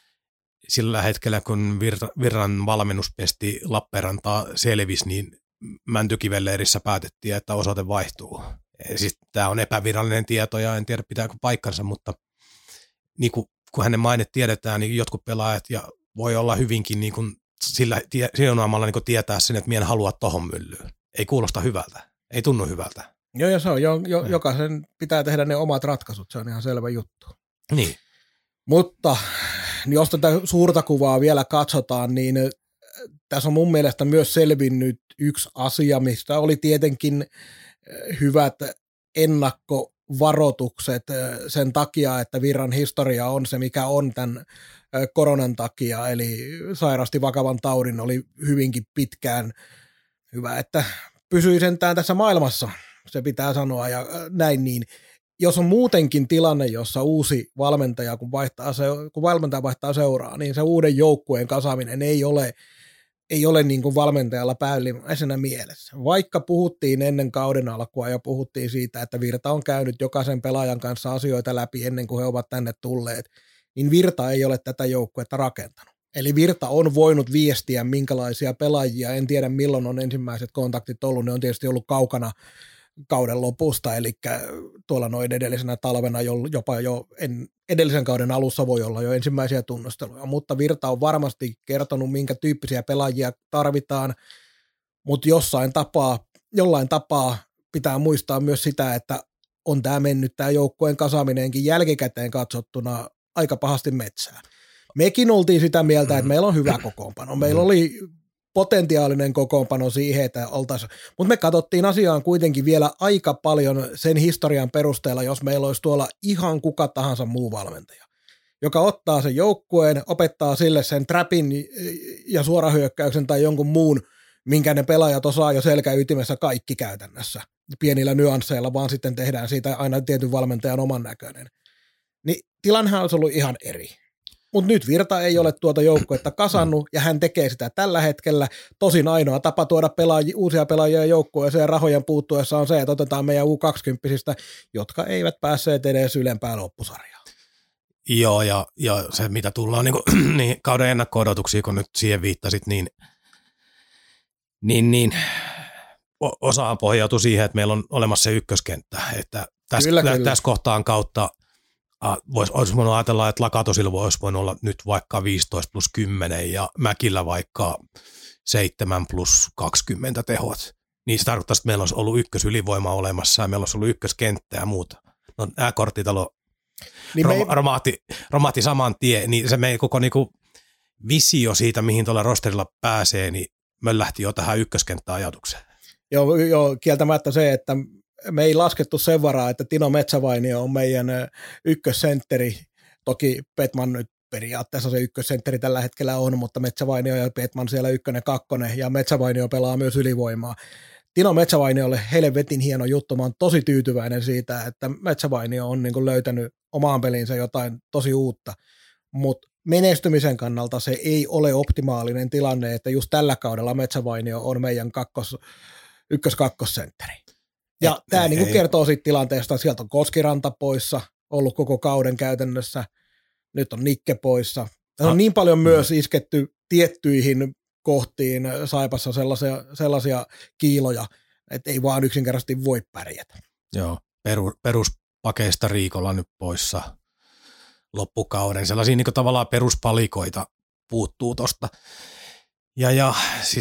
sillä hetkellä, kun Vir- Virran valmennuspesti Lappeenrantaa selvisi, niin Mäntykiven-leirissä päätettiin, että osoite vaihtuu. Siis tämä on epävirallinen tieto ja en tiedä pitääkö paikkansa, mutta niin kuin, kun hänen maine tiedetään, niin jotkut pelaajat ja voi olla hyvinkin niin kuin sillä tie- siunaamalla niin kuin tietää sen, että mien halua tohon myllyyn. Ei kuulosta hyvältä, ei tunnu hyvältä. Joo, ja se on, jo, jo, jokaisen pitää tehdä ne omat ratkaisut, se on ihan selvä juttu. Niin. Mutta jos tätä suurta kuvaa vielä katsotaan, niin tässä on mun mielestä myös selvinnyt yksi asia, mistä oli tietenkin hyvät ennakkovaroitukset sen takia, että Virran historia on se, mikä on tämän koronan takia, eli sairasti vakavan taudin, oli hyvinkin pitkään hyvä, että pysyi sentään tässä maailmassa, se pitää sanoa, ja näin niin. Jos on muutenkin tilanne, jossa uusi valmentaja, kun, vaihtaa se, kun valmentaja vaihtaa seuraa, niin se uuden joukkueen kasaaminen ei ole ei ole niin kuin valmentajalla päällimmäisenä mielessä. Vaikka puhuttiin ennen kauden alkua ja puhuttiin siitä, että Virta on käynyt jokaisen pelaajan kanssa asioita läpi ennen kuin he ovat tänne tulleet, niin Virta ei ole tätä joukkuetta rakentanut. Eli Virta on voinut viestiä, minkälaisia pelaajia, en tiedä milloin on ensimmäiset kontaktit ollut, ne on tietysti ollut kaukana kauden lopusta, eli tuolla noin edellisenä talvena jopa jo en, edellisen kauden alussa voi olla jo ensimmäisiä tunnusteluja, mutta Virta on varmasti kertonut, minkä tyyppisiä pelaajia tarvitaan, mutta jossain tapaa, jollain tapaa pitää muistaa myös sitä, että on tämä mennyt tämä joukkueen kasaaminenkin jälkikäteen katsottuna aika pahasti metsään. Mekin oltiin sitä mieltä, että meillä on hyvä kokoonpano. Meillä oli potentiaalinen kokoonpano siihen, että oltaisiin, mutta me katsottiin asiaan kuitenkin vielä aika paljon sen historian perusteella, jos meillä olisi tuolla ihan kuka tahansa muu valmentaja, joka ottaa sen joukkueen, opettaa sille sen trapin ja suorahyökkäyksen tai jonkun muun, minkä ne pelaajat osaa jo selkäytimessä kaikki käytännössä, pienillä nyansseilla, vaan sitten tehdään siitä aina tietyn valmentajan oman näköinen. Niin tilannehan olisi ollut ihan eri. Mutta nyt Virta ei ole tuota joukkuetta kasannut, ja hän tekee sitä tällä hetkellä. Tosin ainoa tapa tuoda pelaaji, uusia pelaajia joukkueeseen rahojen puuttuessa on se, että otetaan meidän U kaksikymmentä, jotka eivät päässeet edes ylempään loppusarjaan. Joo, ja, ja se mitä tullaan niin, kuin, niin kauden ennakko-odotuksia, kun nyt siihen viittasit, niin, niin, niin osaan pohjautui siihen, että meillä on olemassa se ykköskenttä, että tässä, kyllä, kyllä. tässä kohtaan kautta Vois, olisi voinut ajatella, että Lakatosilla olisi voinut olla nyt vaikka viisitoista plus kymmenen ja Mäkillä vaikka seitsemän plus kaksikymmentä tehot. Niin se tarkoittaa, että meillä olisi ollut ykkösylivoima olemassa ja meillä olisi ollut ykköskenttä ja muuta. No nämä korttitalo niin rom, ei... romaatti, romaatti saman tien, niin se meidän koko niinku visio siitä, mihin tuolla rosterilla pääsee, niin möllähti jo tähän ykköskenttäajatukseen. Joo, joo, kieltämättä se, että me ei laskettu sen varaa, että Tino Metsävainio on meidän ykkössentteri. Toki Petman nyt periaatteessa se ykkössentteri tällä hetkellä on, mutta Metsävainio ja Petman siellä ykkönen, kakkonen ja Metsävainio pelaa myös ylivoimaa. Tino Metsävainiolle helvetin hieno juttu. Mä oon tosi tyytyväinen siitä, että Metsävainio on niin kuin löytänyt omaan peliinsä jotain tosi uutta, mutta menestymisen kannalta se ei ole optimaalinen tilanne, että just tällä kaudella Metsävainio on meidän kakkos, ykkös-kakkosentteri. Ja tämä niin kertoo siitä tilanteesta, sieltä on Koskiranta poissa, ollut koko kauden käytännössä, nyt on Nikke poissa. Tässä on niin paljon myös isketty tiettyihin kohtiin Saipassa sellaisia, sellaisia kiiloja, että ei vaan yksinkertaisesti voi pärjätä. Joo, peru, peruspakeista Riikolla nyt poissa loppukauden. Sellaisia niin tavallaan peruspalikoita puuttuu tosta. Ja, ja siis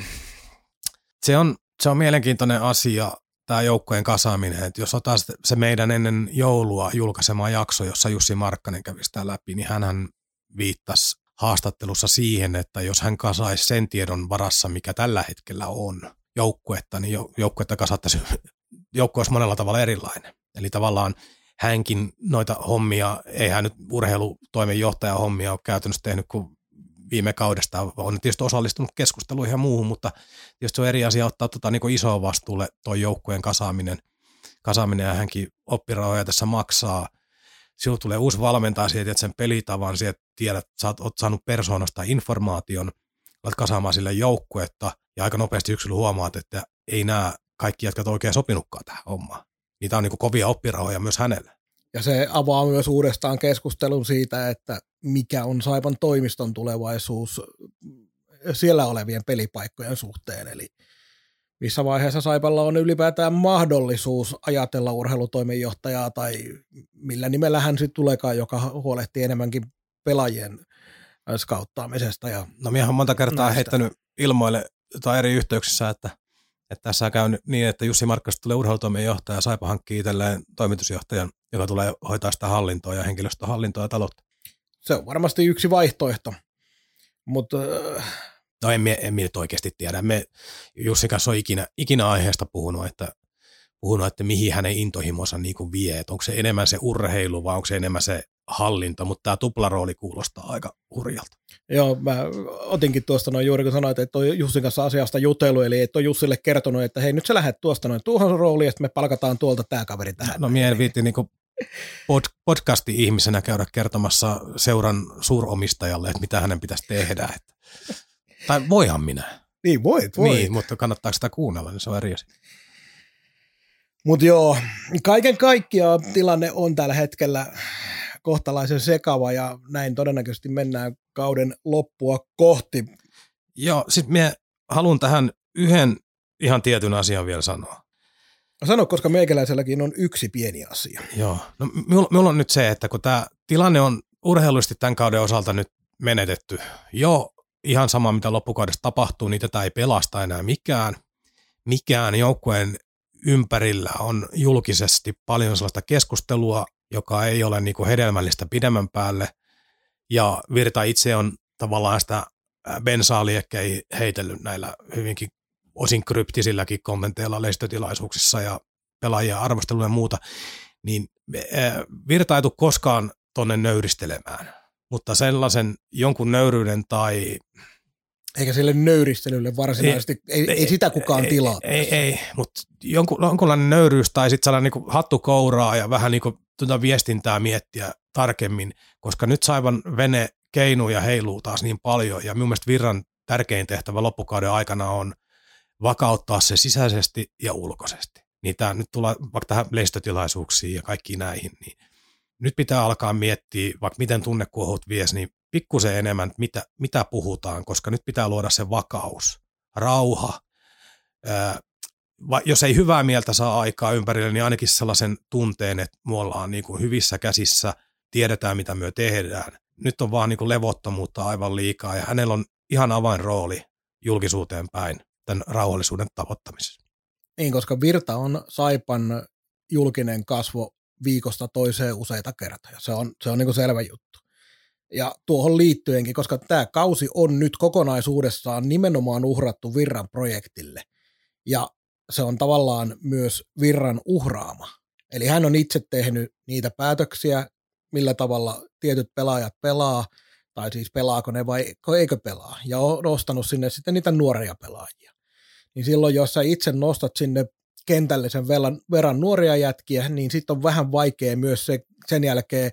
se on, se on mielenkiintoinen asia, tämä joukkojen kasaaminen, että jos otetaan se meidän ennen joulua julkaisema jakso, jossa Jussi Markkanen kävi sitä läpi, niin hänhän viittasi haastattelussa siihen, että jos hän kasaisi sen tiedon varassa, mikä tällä hetkellä on joukkuetta, niin joukkuetta kasattaisi, joukkue olisi monella tavalla erilainen. Eli tavallaan hänkin noita hommia, ei hän nyt urheilutoimenjohtajan hommia ole käytännössä tehnyt kuin viime kaudesta, on tietysti osallistunut keskusteluihin ja muuhun, mutta tietysti se on eri asia ottaa tota niin isoa vastuulle tuo joukkueen kasaaminen, kasaaminen ja hänkin oppirahoja tässä maksaa. Sinulle tulee uusi valmentaja, sieltä sen pelitavan, sieltä tiedät, sä oot saanut persoonasta informaation, olet kasaamaan sille joukkuetta ja aika nopeasti yksilö huomaat, että ei nämä kaikki jätkät oikein sopinutkaan tähän hommaan. Niitä on niin kovia oppirahoja myös hänelle. Ja se avaa myös uudestaan keskustelun siitä, että mikä on Saipan toimiston tulevaisuus siellä olevien pelipaikkojen suhteen. Eli missä vaiheessa Saipalla on ylipäätään mahdollisuus ajatella urheilutoimenjohtajaa tai millä nimellä hän sitten tuleekaan, joka huolehtii enemmänkin pelaajien skauttaamisesta. Ja no minä olen monta kertaa näistä heittänyt ilmoille tai eri yhteyksissä, että, että tässä käy niin, että Jussi Markkasta tulee urheilutoimenjohtaja ja Saipa hankkii itselleen toimitusjohtajan, joka tulee hoitaa sitä hallintoa ja henkilöstöhallintoa ja taloutta. Se on varmasti yksi vaihtoehto, mutta no en, en minä nyt oikeasti tiedä. Me Jussin kanssa on ikinä, ikinä aiheesta puhunut, että, puhunut, että mihin hänen intohimonsa niin kuin vie. Että onko se enemmän se urheilu vai onko se enemmän se hallinto, mutta tämä tuplarooli kuulostaa aika hurjalta. Joo, mä otinkin tuosta noin juuri kun sanoit, että on Jussin kanssa asiasta jutellut, eli että on Jussille kertonut, että hei nyt sä lähdet tuosta noin tuohon rooliin ja sitten me palkataan tuolta tämä kaveri tähän. No minä en viitti niin kuin pod- podcasti-ihmisenä käydä kertomassa seuran suuromistajalle, että mitä hänen pitäisi tehdä. Että Tai voihan minä. Niin, voit, voit. Niin, mutta kannattaako sitä kuunnella, niin se on eri asia. Mutta joo, kaiken kaikkiaan tilanne on tällä hetkellä kohtalaisen sekava ja näin todennäköisesti mennään kauden loppua kohti. Joo, sitten minä haluan tähän yhden ihan tietyn asian vielä sanoa. Sano, koska meikäläiselläkin on yksi pieni asia. Joo, no minulla, minulla on nyt se, että kun tämä tilanne on urheilullisesti tämän kauden osalta nyt menetetty, jo ihan sama mitä loppukaudessa tapahtuu, niin tätä ei pelasta enää mikään. Mikään joukkueen ympärillä on julkisesti paljon sellaista keskustelua, joka ei ole niinku hedelmällistä pidemmän päälle, ja Virta itse on tavallaan sitä bensaa liekkeihin heitellyt näillä hyvinkin osin kryptisilläkin kommenteilla lehdistötilaisuuksissa ja pelaajia arvosteluja ja muuta, niin Virta ei tule koskaan tonne nöyristelemään, mutta sellaisen jonkun nöyryyden tai... Eikä sille nöyristelylle varsinaisesti, ei, ei, ei sitä kukaan ei, tilaa. Ei, ei, ei, mutta jonkun, jonkunlainen nöyryys tai sitten sellainen niin hattu kouraa ja vähän niin kuin tuota viestintää miettiä tarkemmin, koska nyt Saipan vene keinuu ja heiluu taas niin paljon ja minun mielestä Virran tärkein tehtävä loppukauden aikana on vakauttaa se sisäisesti ja ulkoisesti. Niin tämä nyt tulee vaikka tähän lehdistötilaisuuksiin ja kaikkiin näihin, niin nyt pitää alkaa miettiä, vaikka miten tunnekuohut vies, niin pikkusen enemmän, mitä, mitä puhutaan, koska nyt pitää luoda se vakaus, rauha. Ää, va, jos ei hyvää mieltä saa aikaa ympärille, niin ainakin sellaisen tunteen, että me ollaan niin kuin hyvissä käsissä, tiedetään mitä me tehdään. Nyt on vaan niin kuin levottomuutta aivan liikaa ja hänellä on ihan avainrooli julkisuuteen päin tämän rauhallisuuden tavoittamisessa. Niin, koska Virta on Saipan julkinen kasvo viikosta toiseen useita kertoja. Se on, se on niin kuin selvä juttu. Ja tuohon liittyenkin, koska tämä kausi on nyt kokonaisuudessaan nimenomaan uhrattu Virran projektille. Ja se on tavallaan myös Virran uhraama. Eli hän on itse tehnyt niitä päätöksiä, millä tavalla tietyt pelaajat pelaa, tai siis pelaako ne vai eikö pelaa, ja on nostanut sinne sitten niitä nuoria pelaajia. Niin silloin, jos sä itse nostat sinne kentälle sen verran, verran nuoria jätkiä, niin sitten on vähän vaikea myös se, sen jälkeen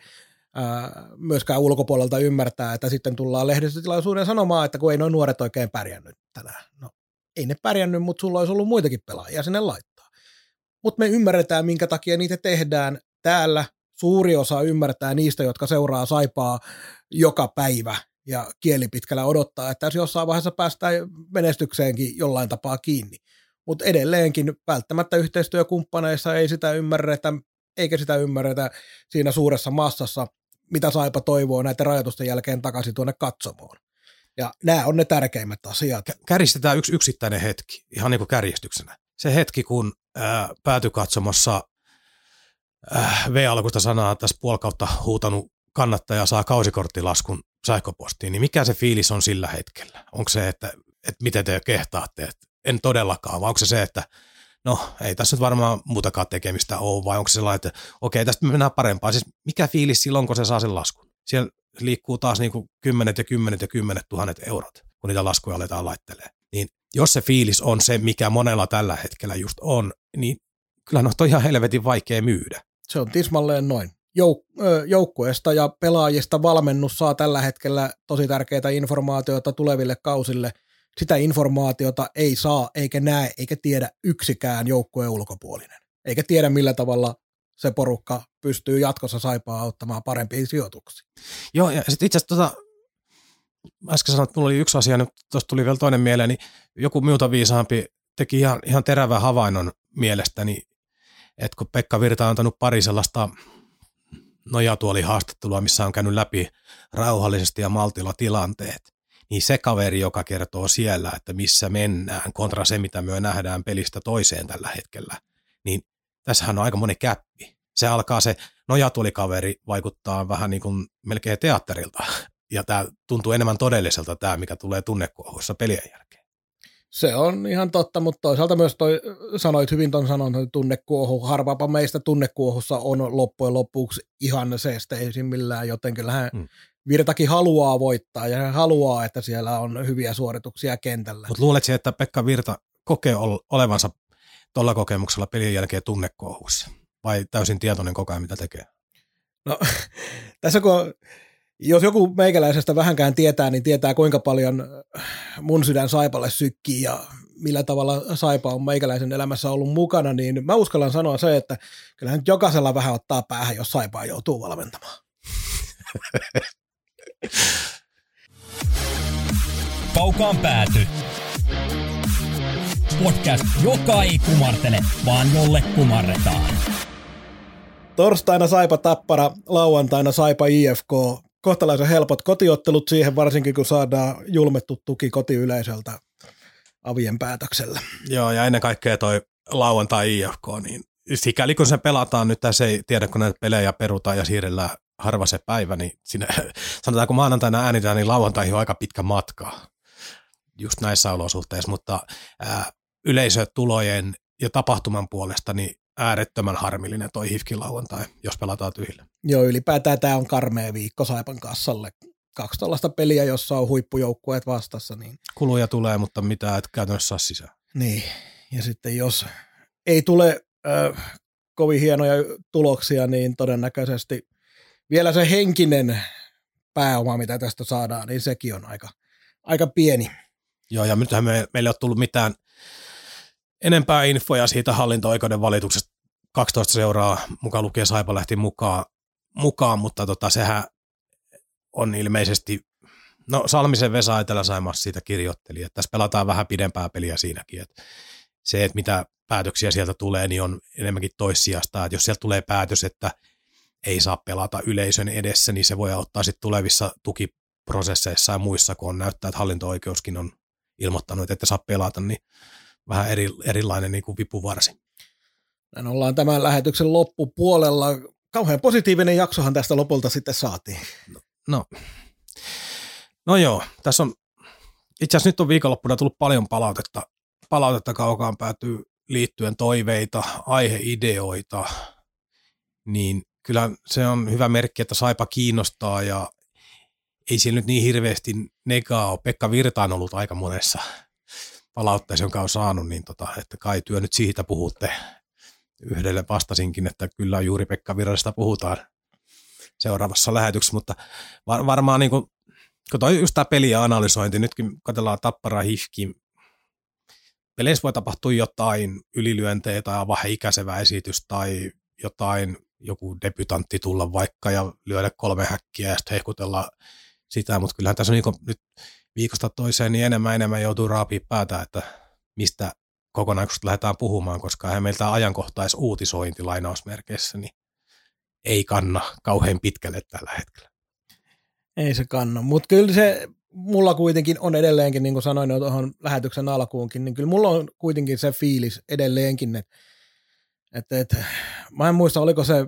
ää, myöskään ulkopuolelta ymmärtää, että sitten tullaan lehdistötilaisuuden sanomaan, että kun ei noin nuoret oikein pärjännyt tänään. No, ei ne pärjännyt, mutta sulla olisi ollut muitakin pelaajia sinne laittaa. Mutta me ymmärretään, minkä takia niitä tehdään täällä. Suuri osa ymmärtää niistä, jotka seuraa Saipaa joka päivä ja kielipitkällä odottaa, että jossain vaiheessa päästään menestykseenkin jollain tapaa kiinni. Mutta edelleenkin välttämättä yhteistyökumppaneissa ei sitä ymmärretä, eikä sitä ymmärretä siinä suuressa massassa, mitä Saipa toivoo näiden rajoitusten jälkeen takaisin tuonne katsomoon. Ja nämä on ne tärkeimmät asiat. Kärjistetään yksi yksittäinen hetki, ihan niin kuin kärjistyksenä. Se hetki, kun ää, päätykatsomossa ää, V-alkuista sanaa tässä puolikautta huutanut kannattaja saa kausikorttilaskun sähköpostiin, niin mikä se fiilis on sillä hetkellä? Onko se, että, että miten te kehtaatte, että en todellakaan, vai onko se se, että no ei tässä nyt varmaan muutakaan tekemistä ole, vai onko se sellainen, että okei, tästä mennään parempaan. Siis mikä fiilis silloin, kun se saa sen laskun? Siellä liikkuu taas niin kuin kymmenet ja kymmenet ja kymmenet tuhannet eurot, kun niitä laskuja aletaan laittelemaan. Niin jos se fiilis on se, mikä monella tällä hetkellä just on, niin kyllä no on ihan helvetin vaikea myydä. Se on tismalleen noin. Jouk- joukkueesta ja pelaajista valmennus saa tällä hetkellä tosi tärkeää informaatiota tuleville kausille. Sitä informaatiota ei saa, eikä näe, eikä tiedä yksikään joukkueen ulkopuolinen. Eikä tiedä, millä tavalla se porukka pystyy jatkossa Saipaa auttamaan parempiin sijoituksiin. Joo, ja sitten itse asiassa tota, äsken sanoin, että mulla oli yksi asia, nyt tuosta tuli vielä toinen mieleen, niin joku minulta viisaampi teki ihan, ihan terävän havainnon mielestäni, että kun Pekka Virta on antanut pari sellaista nojatuolihaastattelua, missä on käynyt läpi rauhallisesti ja maltilla tilanteet, niin se kaveri, joka kertoo siellä, että missä mennään, kontra se, mitä me nähdään pelistä toiseen tällä hetkellä, niin tässähän on aika moni käppi. Se alkaa se nojatuolikaveri vaikuttaa vähän niin kuin melkein teatterilta, ja tämä tuntuu enemmän todelliselta tämä, mikä tulee tunnekuohuissa pelien jälkeen. Se on ihan totta, mutta toisaalta myös toi, sanoit hyvin tuon sanon, että tunnekuohu, harvaapa meistä tunnekuohussa on loppujen lopuksi ihan seesteisimmillään, joten kyllähän hmm. Virtakin haluaa voittaa ja hän haluaa, että siellä on hyviä suorituksia kentällä. Mutta luuletko, että Pekka Virta kokee olevansa tuolla kokemuksella pelien jälkeen tunnekuohuissa vai täysin tietoinen koko ajan, mitä tekee? No tässä kun Jos joku meikäläisestä vähänkään tietää, niin tietää kuinka paljon mun sydän Saipalle sykkii ja millä tavalla Saipa on meikäläisen elämässä ollut mukana, niin mä uskallan sanoa se, että kyllähän nyt jokaisella vähän ottaa päähän, jos Saipaa joutuu valmentamaan. Kaukaan pääty. Podcast, joka ei kumartele, vaan jolle kumarretaan. Torstaina Saipa Tappara, lauantaina Saipa I F K. Kohtalaisen helpot kotiottelut siihen, varsinkin kun saadaan julmettu tuki kotiyleisöltä avien päätöksellä. Joo, ja ennen kaikkea toi lauantai I F K, niin sikäli kun se pelataan nyt, tässä ei tiedä, kun näitä pelejä perutaan ja siirrellään harva se päivä, niin siinä, sanotaan, kun maanantaina äänitään, niin lauantaihin on aika pitkä matka just näissä olosuhteissa, mutta ää, yleisötulojen ja tapahtuman puolesta niin äärettömän harmillinen toi H I F K:n lauantai, jos pelataan tyhjillä. Joo, ylipäätään tämä on karmea viikko Saipan kassalle. Kaksi tällaista peliä, jossa on huippujoukkueet vastassa. Niin... Kuluja tulee, mutta mitä et käytännössä saa sisään. Niin, ja sitten jos ei tule äh, kovin hienoja tuloksia, niin todennäköisesti vielä se henkinen pääoma, mitä tästä saadaan, niin sekin on aika, aika pieni. Joo, ja nythän me, meille ei ole tullut mitään enempää infoja siitä hallinto-oikeuden valituksesta. kaksitoista seuraa mukaan lukien Saipa lähti mukaan, mukaan mutta tota, sehän on ilmeisesti, no Salmisen Vesa Etelä-Saimaassa siitä kirjoitteli, että tässä pelataan vähän pidempää peliä siinäkin, että se, että mitä päätöksiä sieltä tulee, niin on enemmänkin toissijasta, että jos sieltä tulee päätös, että ei saa pelata yleisön edessä, niin se voi auttaa sitten tulevissa tukiprosesseissa ja muissa, kun on näyttää, että hallinto-oikeuskin on ilmoittanut, että saa pelata, niin vähän eri, erilainen niin kuin vipuvarsi. Näin ollaan tämän lähetyksen loppupuolella. Kauhean positiivinen jaksohan tästä lopulta sitten saatiin. No, no. no joo, tässä on, itse asiassa nyt on viikonloppuna tullut paljon palautetta, palautetta kaukaan päätyy liittyen toiveita, aiheideoita, niin kyllä se on hyvä merkki, että Saipa kiinnostaa ja ei siellä nyt niin hirveästi negaa ole. Pekka Virta on ollut aika monessa palautteessa, jonka on saanut, niin tota, että kai työ nyt siitä puhutte. Yhdelle vastasinkin, että kyllä juuri Pekka Virrasta puhutaan seuraavassa lähetyksessä, mutta var, varmaan niin kuin, kun toi just tämä peli ja analysointi, nytkin katsellaan Tappara H I F K, peleissä voi tapahtua jotain ylilyöntejä tai vähän ikäisevä esitys tai jotain, joku debutantti tulla vaikka ja lyödä kolme häkkiä ja sitten hehkutella sitä, mutta kyllähän tässä on niin kuin nyt viikosta toiseen niin enemmän enemmän joutuu raapia päätä, että mistä kokonaisuudesta lähdetään puhumaan, koska eihän meiltä ajankohtaisuutisointi lainausmerkeissä, niin ei kanna kauhean pitkälle tällä hetkellä. Ei se kanna, mutta kyllä se mulla kuitenkin on edelleenkin, niin kuin sanoin jo tuohon lähetyksen alkuunkin, niin kyllä mulla on kuitenkin se fiilis edelleenkin, että, että, että mä en muista, oliko se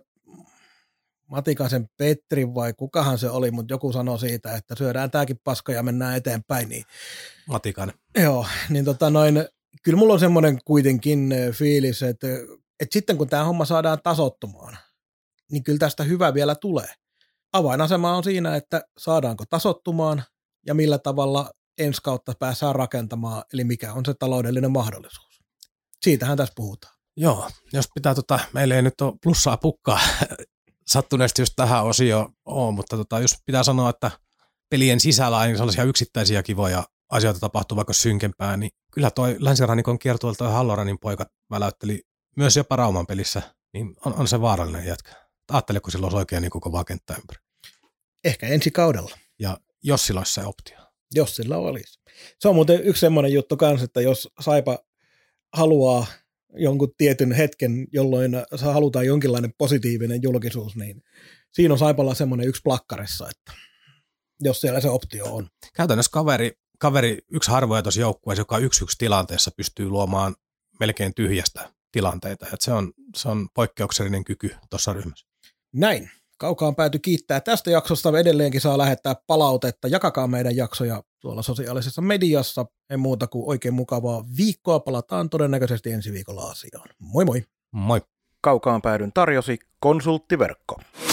Matikaisen Petri vai kukahan se oli, mutta joku sanoi siitä, että syödään tääkin paska ja mennään eteenpäin. Niin, Matikainen. Joo, niin tota noin, kyllä mulla on semmoinen kuitenkin fiilis, että, että sitten kun tämä homma saadaan tasottumaan, niin kyllä tästä hyvä vielä tulee. Avainasema on siinä, että saadaanko tasottumaan ja millä tavalla ensi kautta päästään rakentamaan, eli mikä on se taloudellinen mahdollisuus. Siitähän tässä puhutaan. Joo, jos pitää, tota, meillä ei nyt ole plussaa pukkaa sattuneesti just tähän osioon ole, mutta tota, jos pitää sanoa, että pelien sisällä on sellaisia yksittäisiä kivoja asioita tapahtuu vaikka synkempää, niin kyllä toi Länsirannikon kiertueelta toi Halloranin poika väläytteli myös jopa Rauman pelissä, niin on, on se vaarallinen jätkä. Ajattele, kun sillä olisi oikein niin koko kenttä ympäri. Ehkä ensi kaudella. Ja jos sillä olisi se optio. Jos sillä olisi. Se on muuten yksi semmoinen juttu kanssa, että jos Saipa haluaa jonkun tietyn hetken, jolloin halutaan jonkinlainen positiivinen julkisuus, niin siinä on Saipalla semmoinen yksi plakkarissa, että jos siellä se optio on. Käytännössä kaveri, kaveri yksi harvoja tuossa joukkueessa, joka yksi yksi tilanteessa pystyy luomaan melkein tyhjästä tilanteita. Että se, on, se on poikkeuksellinen kyky tuossa ryhmässä. Näin. Kaukaan pääty kiittää tästä jaksosta. Edelleenkin saa lähettää palautetta. Jakakaa meidän jaksoja tuolla sosiaalisessa mediassa. Ei muuta kuin oikein mukavaa viikkoa. Palataan todennäköisesti ensi viikolla asiaan. Moi moi. Moi. Kaukaan päädyn tarjosi Konsulttiverkko.